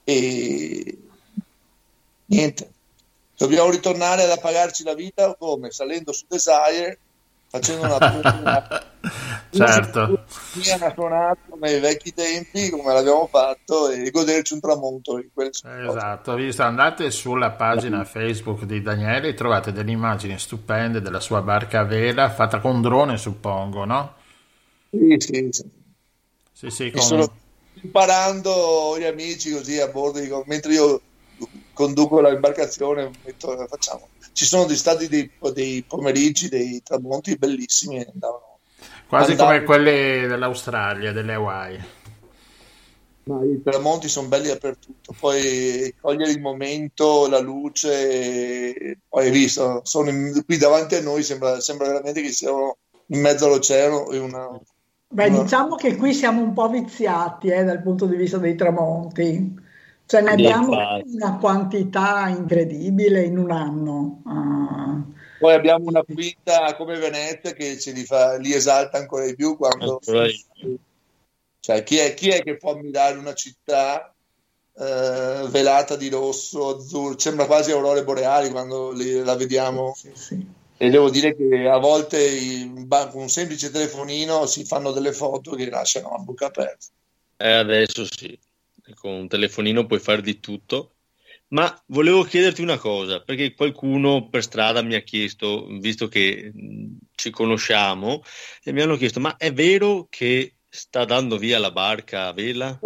e niente, dobbiamo ritornare a pagarci la vita come? Salendo su Desire, facendo una certo, una suonata come ai vecchi tempi, come l'abbiamo fatto, e goderci un tramonto. Esatto, ho visto, andate sulla pagina Facebook di Daniele, trovate delle immagini stupende della sua barca a vela fatta con drone, suppongo, no? Sì. Sì, Sto imparando gli amici così a bordo, mentre io conduco l'imbarcazione, facciamo. Ci sono stati dei pomeriggi, dei tramonti bellissimi, quasi come quelli dell'Australia, delle Hawaii. Ma i tramonti sono belli dappertutto, poi cogliere il momento, la luce, poi hai visto, sono qui davanti a noi, sembra veramente che siano in mezzo all'oceano. Diciamo che qui siamo un po' viziati dal punto di vista dei tramonti, cioè ne abbiamo una quantità incredibile in un anno. Poi abbiamo una quinta come Venezia che li esalta ancora di più quando... Cioè, chi è che può ammirare una città velata di rosso, azzurro? Sembra quasi aurore boreali quando la vediamo. Sì. E devo dire che a volte con un semplice telefonino si fanno delle foto che lasciano a bocca aperta. Adesso sì, con un telefonino puoi fare di tutto. Ma volevo chiederti una cosa, perché qualcuno per strada mi ha chiesto, visto che ci conosciamo, e mi hanno chiesto: ma è vero che sta dando via la barca a vela?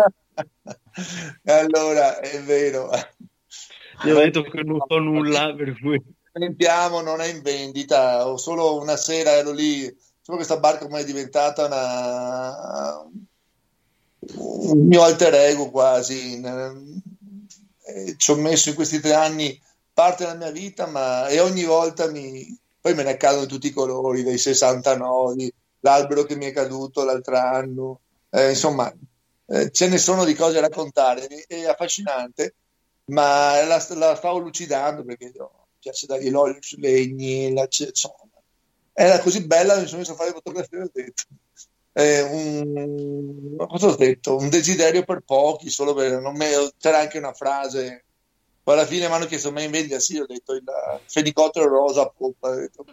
Allora, è vero. Io ho detto che non so nulla, per cui... Sentiamo, non è in vendita, o solo una sera ero lì, solo questa barca ormai è diventata un mio alter ego quasi. Ci ho messo in questi 3 anni parte della mia vita, e ogni volta poi me ne accadono tutti i colori, dei 60 nodi, l'albero che mi è caduto l'altro anno, insomma, ce ne sono di cose da raccontare, è affascinante, ma la stavo lucidando perché mi piace dargli l'olio sui legni, insomma, era così bella, mi sono messo a fare fotografie e ho detto, cosa ho detto? Un desiderio per pochi, solo per c'era anche una frase. Poi alla fine mi hanno chiesto: ma in vendita? Sì, ho detto il fenicottero rosa a poppa. Ho detto,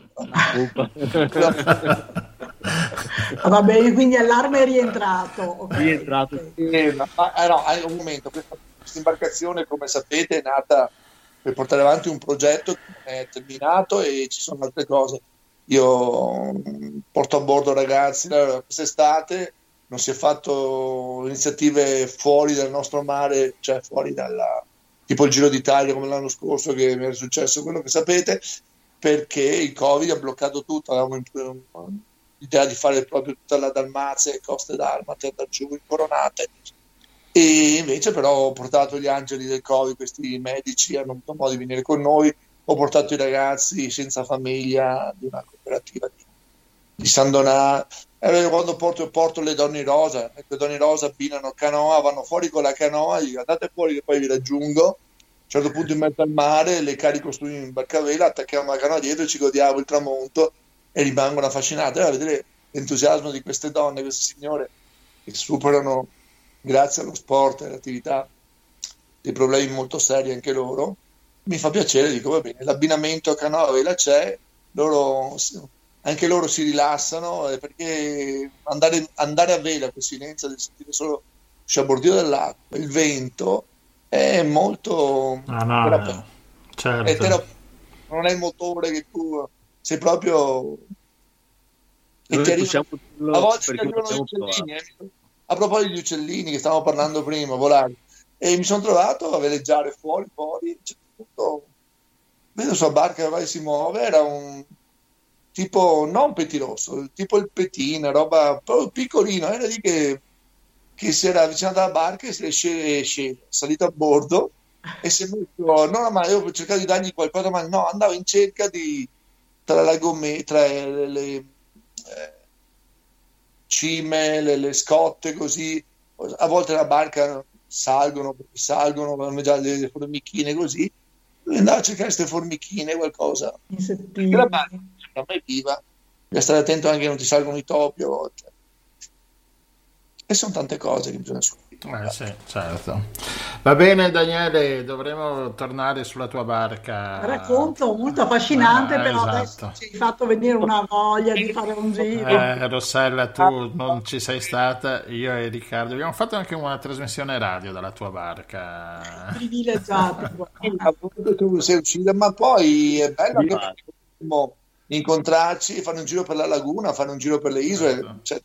va bene, quindi all'arme è rientrato. Okay. Rientrato. No, al momento questa imbarcazione, come sapete, è nata per portare avanti un progetto che è terminato e ci sono altre cose. Io porto a bordo ragazzi, quest'estate non si è fatto iniziative fuori dal nostro mare, cioè fuori tipo il Giro d'Italia come l'anno scorso, che mi era successo quello che sapete, perché il Covid ha bloccato tutto. Avevamo l'idea di fare proprio tutta la Dalmazia e Coste d'Almate da giù in Coronate, e invece però ho portato gli angeli del Covid, questi medici hanno avuto modo di venire con noi. Ho portato i ragazzi senza famiglia di una cooperativa di San Donà. Quando porto le donne rosa abbinano canoa, vanno fuori con la canoa, dico: andate fuori che poi vi raggiungo. A un certo punto in mezzo al mare le carico su in barcavela, attacchiamo la canoa dietro e ci godiamo il tramonto e rimangono affascinate a vedere l'entusiasmo di queste donne, queste signore che superano, grazie allo sport e all'attività, dei problemi molto seri anche loro. Mi fa piacere, dico va bene, l'abbinamento a canoa a vela c'è, anche loro si rilassano, perché andare a vela con silenzio, del sentire solo sciabordio dell'acqua, il vento, è molto certo. Non è il motore che tu sei proprio e ti arriva, a volte ti arrivano gli uccellini, a proposito di uccellini che stavamo parlando prima, volare, e mi sono trovato a veleggiare fuori, vedo sulla barca che si muove, era un tipo, non petirosso, tipo il petine, roba proprio piccolino, era lì che si era avvicinato alla barca e si è salito a bordo e si è messo, no, ma io cercavo di dargli qualcosa, ma no, andavo in cerca tra le cime, le scotte, così, a volte la barca salgono, hanno già le formichine così, andare a cercare queste formichine, qualcosa. Insettini. Perché la barca non è mai viva, bisogna stare attento anche che non ti salgono i topi a volte. E sono tante cose che bisogna scoprire. Sì, certo. Va bene Daniele, dovremo tornare sulla tua barca. Racconto molto affascinante, però esatto. adesso ci hai fatto venire una voglia di fare un giro. Rossella, tu non ci sei stata, io e Riccardo abbiamo fatto anche una trasmissione radio dalla tua barca. Privilegiati. Appunto tu sei uscita, ma poi è bello anche perché possiamo incontrarci, fare un giro per la laguna, fare un giro per le isole, Certo. cioè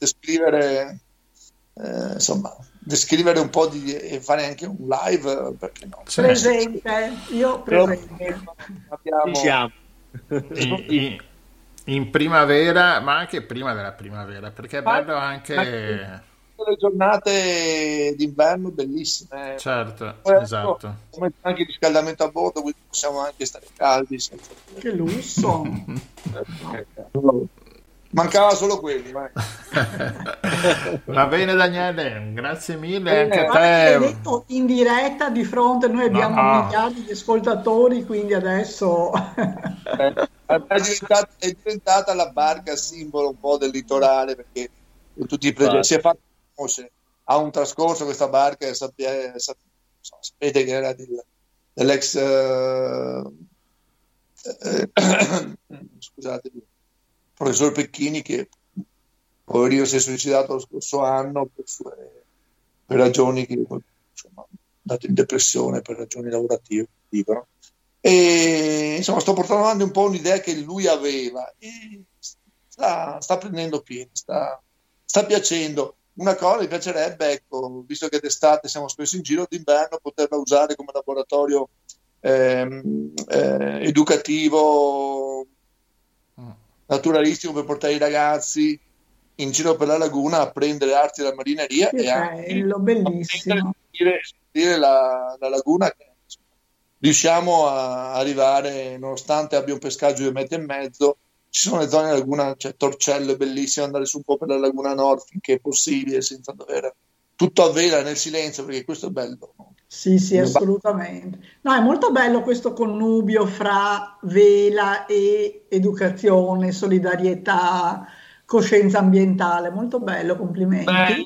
descrivere un po' e fare anche un live, perché no? Sì. Presente, io presente. Abbiamo... Ci siamo. In primavera, ma anche prima della primavera, perché è bello anche... le giornate d'inverno bellissime. Certo, Poi esatto. come anche il riscaldamento a bordo, quindi possiamo anche stare caldi. Che lusso. Mancava solo quelli. Vai. Va bene Daniele, grazie mille anche a Guarda che l'hai te. detto in diretta di fronte, noi abbiamo No. miliardi di ascoltatori, quindi adesso È diventata la barca simbolo un po' del litorale, perché tutti i progetti si è fatto conoscere. Ha un trascorso questa barca, sapete che era dell'ex scusate, professor Pecchini, che poverino si è suicidato lo scorso anno per ragioni che, insomma, è andato in depressione per ragioni lavorative, dicono. E insomma sto portando avanti un po' un'idea che lui aveva e sta prendendo piede, sta piacendo. Una cosa mi piacerebbe, ecco, visto che d'estate siamo spesso in giro, d'inverno poterla usare come laboratorio educativo, naturalistico, per portare i ragazzi in giro per la laguna a prendere arti della marineria che e anche bello, bellissimo. a scoprire la laguna, che insomma, riusciamo a arrivare, nonostante abbia un pescaggio di 1,5 metri. Ci sono le zone della laguna, c'è Torcello, è bellissimo andare su un po' per la laguna nord finché è possibile, senza dover tutto a vela, nel silenzio, perché questo è bello. Sì, assolutamente. No, è molto bello questo connubio fra vela e educazione, solidarietà, coscienza ambientale, molto bello, complimenti.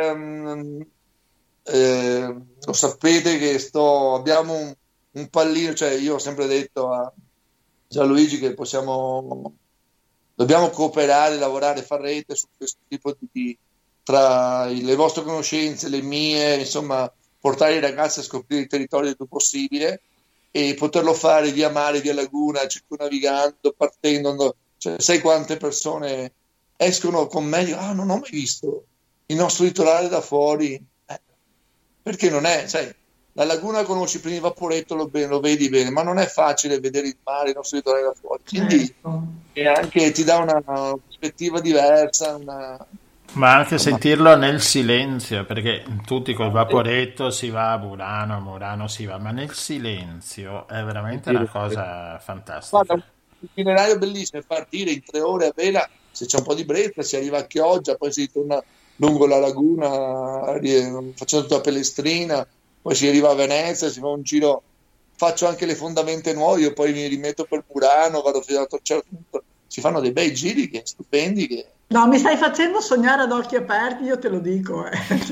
Lo sapete che abbiamo un pallino, cioè io ho sempre detto a Gianluigi che dobbiamo cooperare, lavorare, far rete su questo tipo tra le vostre conoscenze, le mie, insomma, portare i ragazzi a scoprire il territorio il più possibile e poterlo fare via mare, via laguna, circumnavigando, partendo. Cioè, sai quante persone escono con me e dicono: non ho mai visto il nostro litorale da fuori. Perché non è, sai, la laguna conosci prima il vaporetto, lo vedi bene, ma non è facile vedere il mare, il nostro litorale da fuori. Quindi anche ti dà una prospettiva diversa, ma anche sentirlo nel silenzio, perché tutti col vaporetto si va a Murano si va, ma nel silenzio è veramente una cosa fantastica. Guarda, un itinerario bellissimo è partire in 3 ore a vela, se c'è un po' di brezza si arriva a Chioggia, poi si torna lungo la laguna facendo tutta Pellestrina, poi si arriva a Venezia, si fa un giro, faccio anche le fondamenta nuove, io poi mi rimetto per Murano, vado fino a Torcello, si fanno dei bei giri che stupendi che... No, mi stai facendo sognare ad occhi aperti, io te lo dico.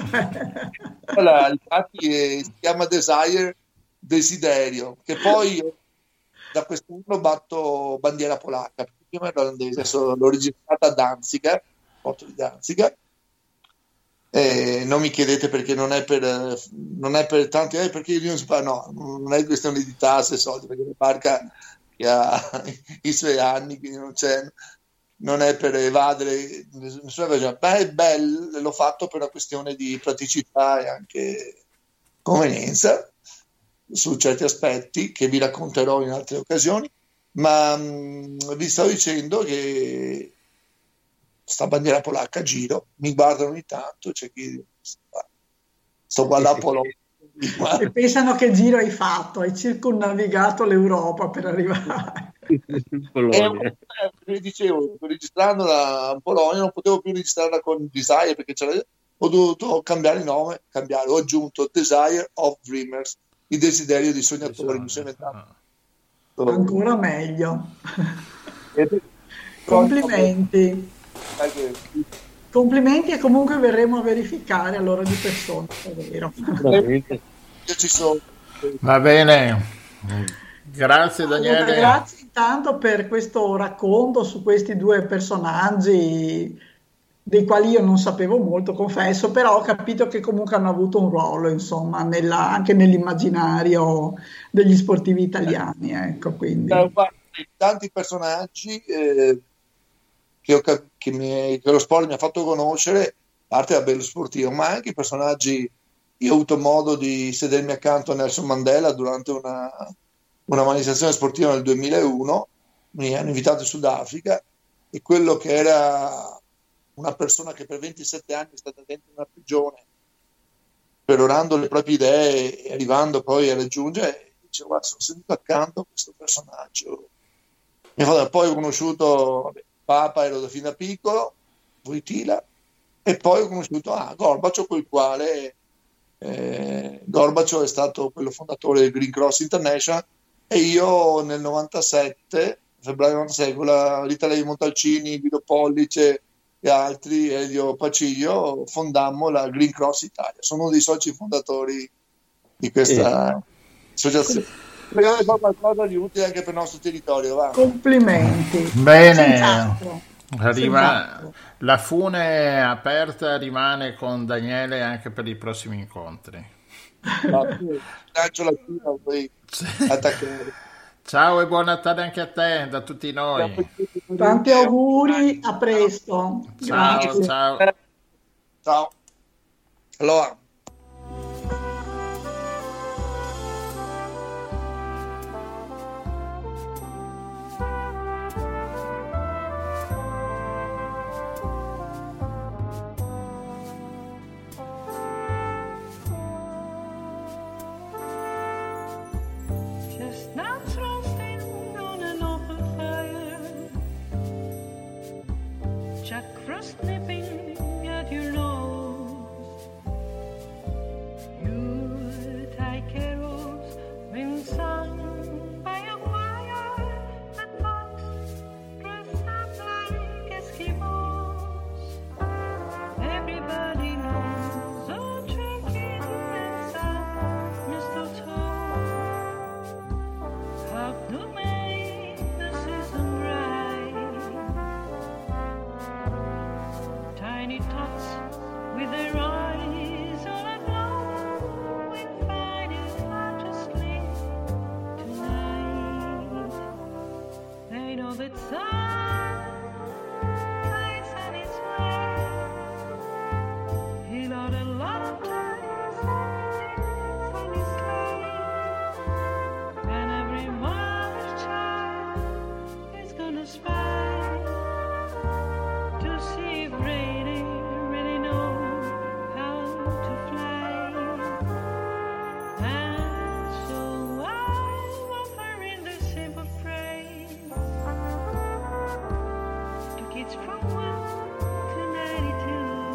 Infatti si chiama Desiderio, che poi da quest'anno batto bandiera polacca, perché prima era olandese, adesso l'ho registrata a Danzica, porto di Danzica. Non mi chiedete perché non è per tanti, perché io non è questione di tasse e soldi, perché la barca che ha i suoi anni, quindi non è per evadere nessuna ragione. È bello, l'ho fatto per una questione di praticità e anche convenienza su certi aspetti che vi racconterò in altre occasioni, ma vi stavo dicendo che sta bandiera polacca a giro, mi guardano ogni tanto, c'è chi sto guardando Polonia e pensano che giro hai fatto, hai circunnavigato l'Europa per arrivare. Dicevo, registrando in Polonia non potevo più registrarla con Desire perché ho dovuto cambiare il nome, ho aggiunto Desire of Dreamers, il desiderio di sognatori, mi sono inventato fatto... Ancora meglio. E- Complimenti. Eh, Complimenti, e comunque verremo a verificare allora di persona, è vero. Sicuramente. Io ci sono. Va bene, grazie Allora, Daniele. grazie intanto per questo racconto su questi due personaggi dei quali io non sapevo molto, confesso, però ho capito che comunque hanno avuto un ruolo, insomma, anche nell'immaginario degli sportivi italiani, ecco, quindi. Guarda, tanti personaggi che lo sport mi ha fatto conoscere, a parte la bello sportivo, ma anche i personaggi. Io ho avuto modo di sedermi accanto a Nelson Mandela durante una manifestazione sportiva nel 2001, mi hanno invitato in Sudafrica, e quello che era una persona che per 27 anni è stata dentro una prigione perorando le proprie idee e arrivando poi a raggiungere, dice, guarda, sono seduto accanto a questo personaggio. Poi ho conosciuto Papa, ero fin da piccolo, Wojtyla, e poi ho conosciuto Gorbaciov, col quale Gorbaciov è stato quello fondatore del Green Cross International, e io nel 97, febbraio 96, con l'Italia di Montalcini, Guido Pollice e altri, Elio Paciglio, fondammo la Green Cross Italia. Sono uno dei soci fondatori di questa associazione. Speriamo di fare qualcosa di utile anche per il nostro territorio. Va. Complimenti. Bene, Senz'altro. la fune aperta rimane con Daniele anche per i prossimi incontri. Lancio la fila, poi attaccare. Ciao e buon Natale anche a te, da tutti noi. Tanti auguri, a presto. Ciao, Grazie. ciao. Ciao. Allora. Chestnuts roasting on an open fire, Jack Frost nipping at your nose. Yuletide carols been sung by a choir, and folks dress up like Eskimos. Everybody knows a turkey and some mistletoe. How to make the season bright. Tiny tots with their eyes all aglow will find it hard to sleep tonight. They know that Santa's on his way. He load a lot of toys on his sleigh. And every mother's child is gonna spy to see if Brady really knows how to fly. And so I'll offer in the simple phrase to kids from 1 to 92.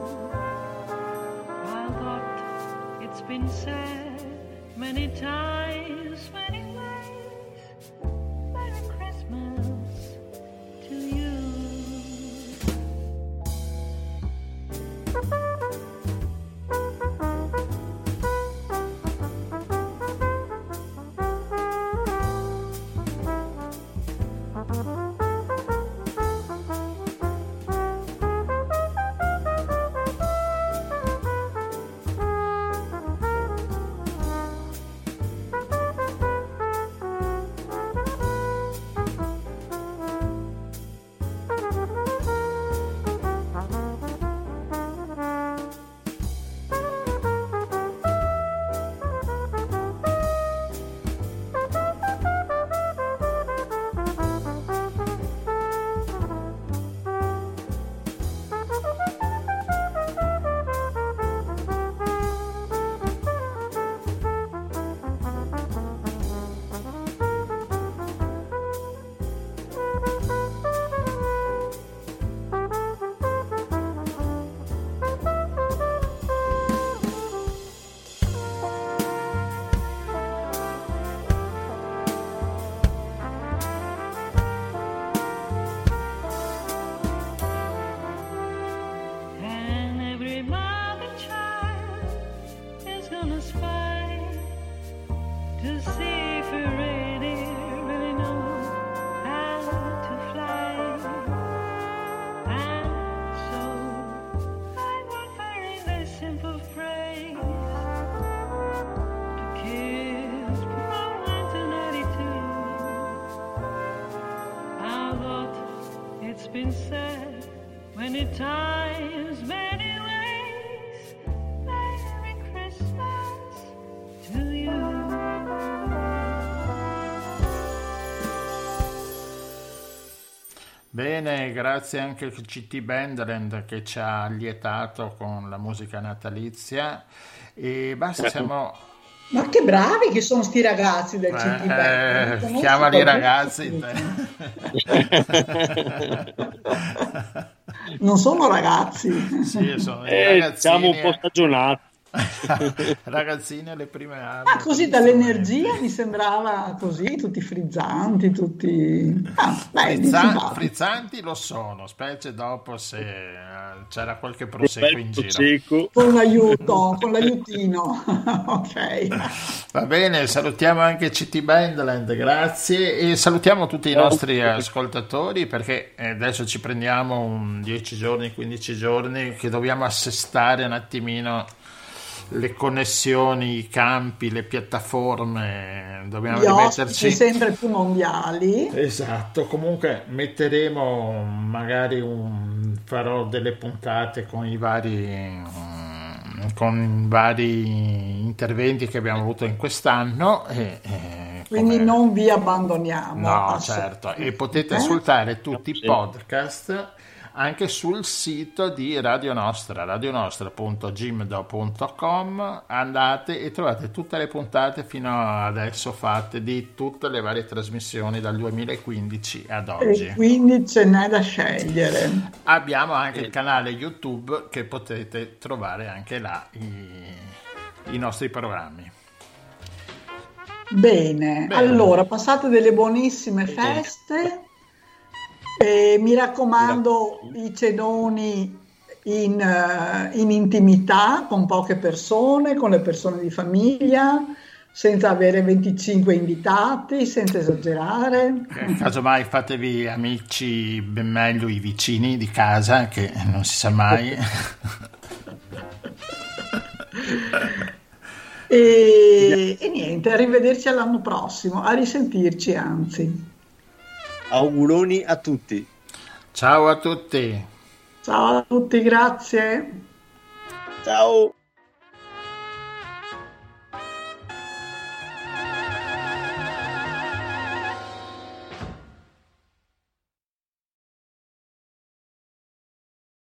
While thought it's been said many times, many ways, Merry Christmas to you. It's been said many times, many ways. Merry Christmas to you. Bene, grazie anche al CT Bandland che ci ha lietato con la musica natalizia. E basta, siamo... Ma che bravi che sono sti ragazzi del CT Bandland. Chiamali ragazzi. Non sono ragazzi. Sì, sono ragazzini. Siamo un po' stagionati. Ragazzini alle prime armi. Ah, così dall'energia mi sembrava così, tutti frizzanti, tutti... frizzanti lo sono, specie dopo se c'era qualche prosecco in giro. Prosecco. Con l'aiutino. Ok. Va bene, salutiamo anche CT Bandland, grazie, e salutiamo tutti i nostri ascoltatori, perché adesso ci prendiamo 10 giorni, 15 giorni che dobbiamo assestare un attimino le connessioni, i campi, le piattaforme, dobbiamo rimetterci sempre più mondiali. Esatto, comunque metteremo magari farò delle puntate con i vari interventi che abbiamo avuto in quest'anno quindi non vi abbandoniamo. No, certo, e potete ascoltare tutti i podcast anche sul sito di Radio Nostra, radionostra.gimdo.com. andate e trovate tutte le puntate fino adesso fatte di tutte le varie trasmissioni dal 2015 ad oggi, e quindi ce n'è da scegliere. Abbiamo anche il canale YouTube che potete trovare anche là i nostri programmi. Bene, allora passate delle buonissime feste. Mi raccomando, i cenoni in intimità, con poche persone, con le persone di famiglia, senza avere 25 invitati, senza esagerare. Casomai fatevi amici, ben meglio i vicini di casa, che non si sa mai. E niente, arrivederci all'anno prossimo, a risentirci anzi. Auguroni a tutti. Ciao a tutti. Ciao a tutti, grazie. Ciao.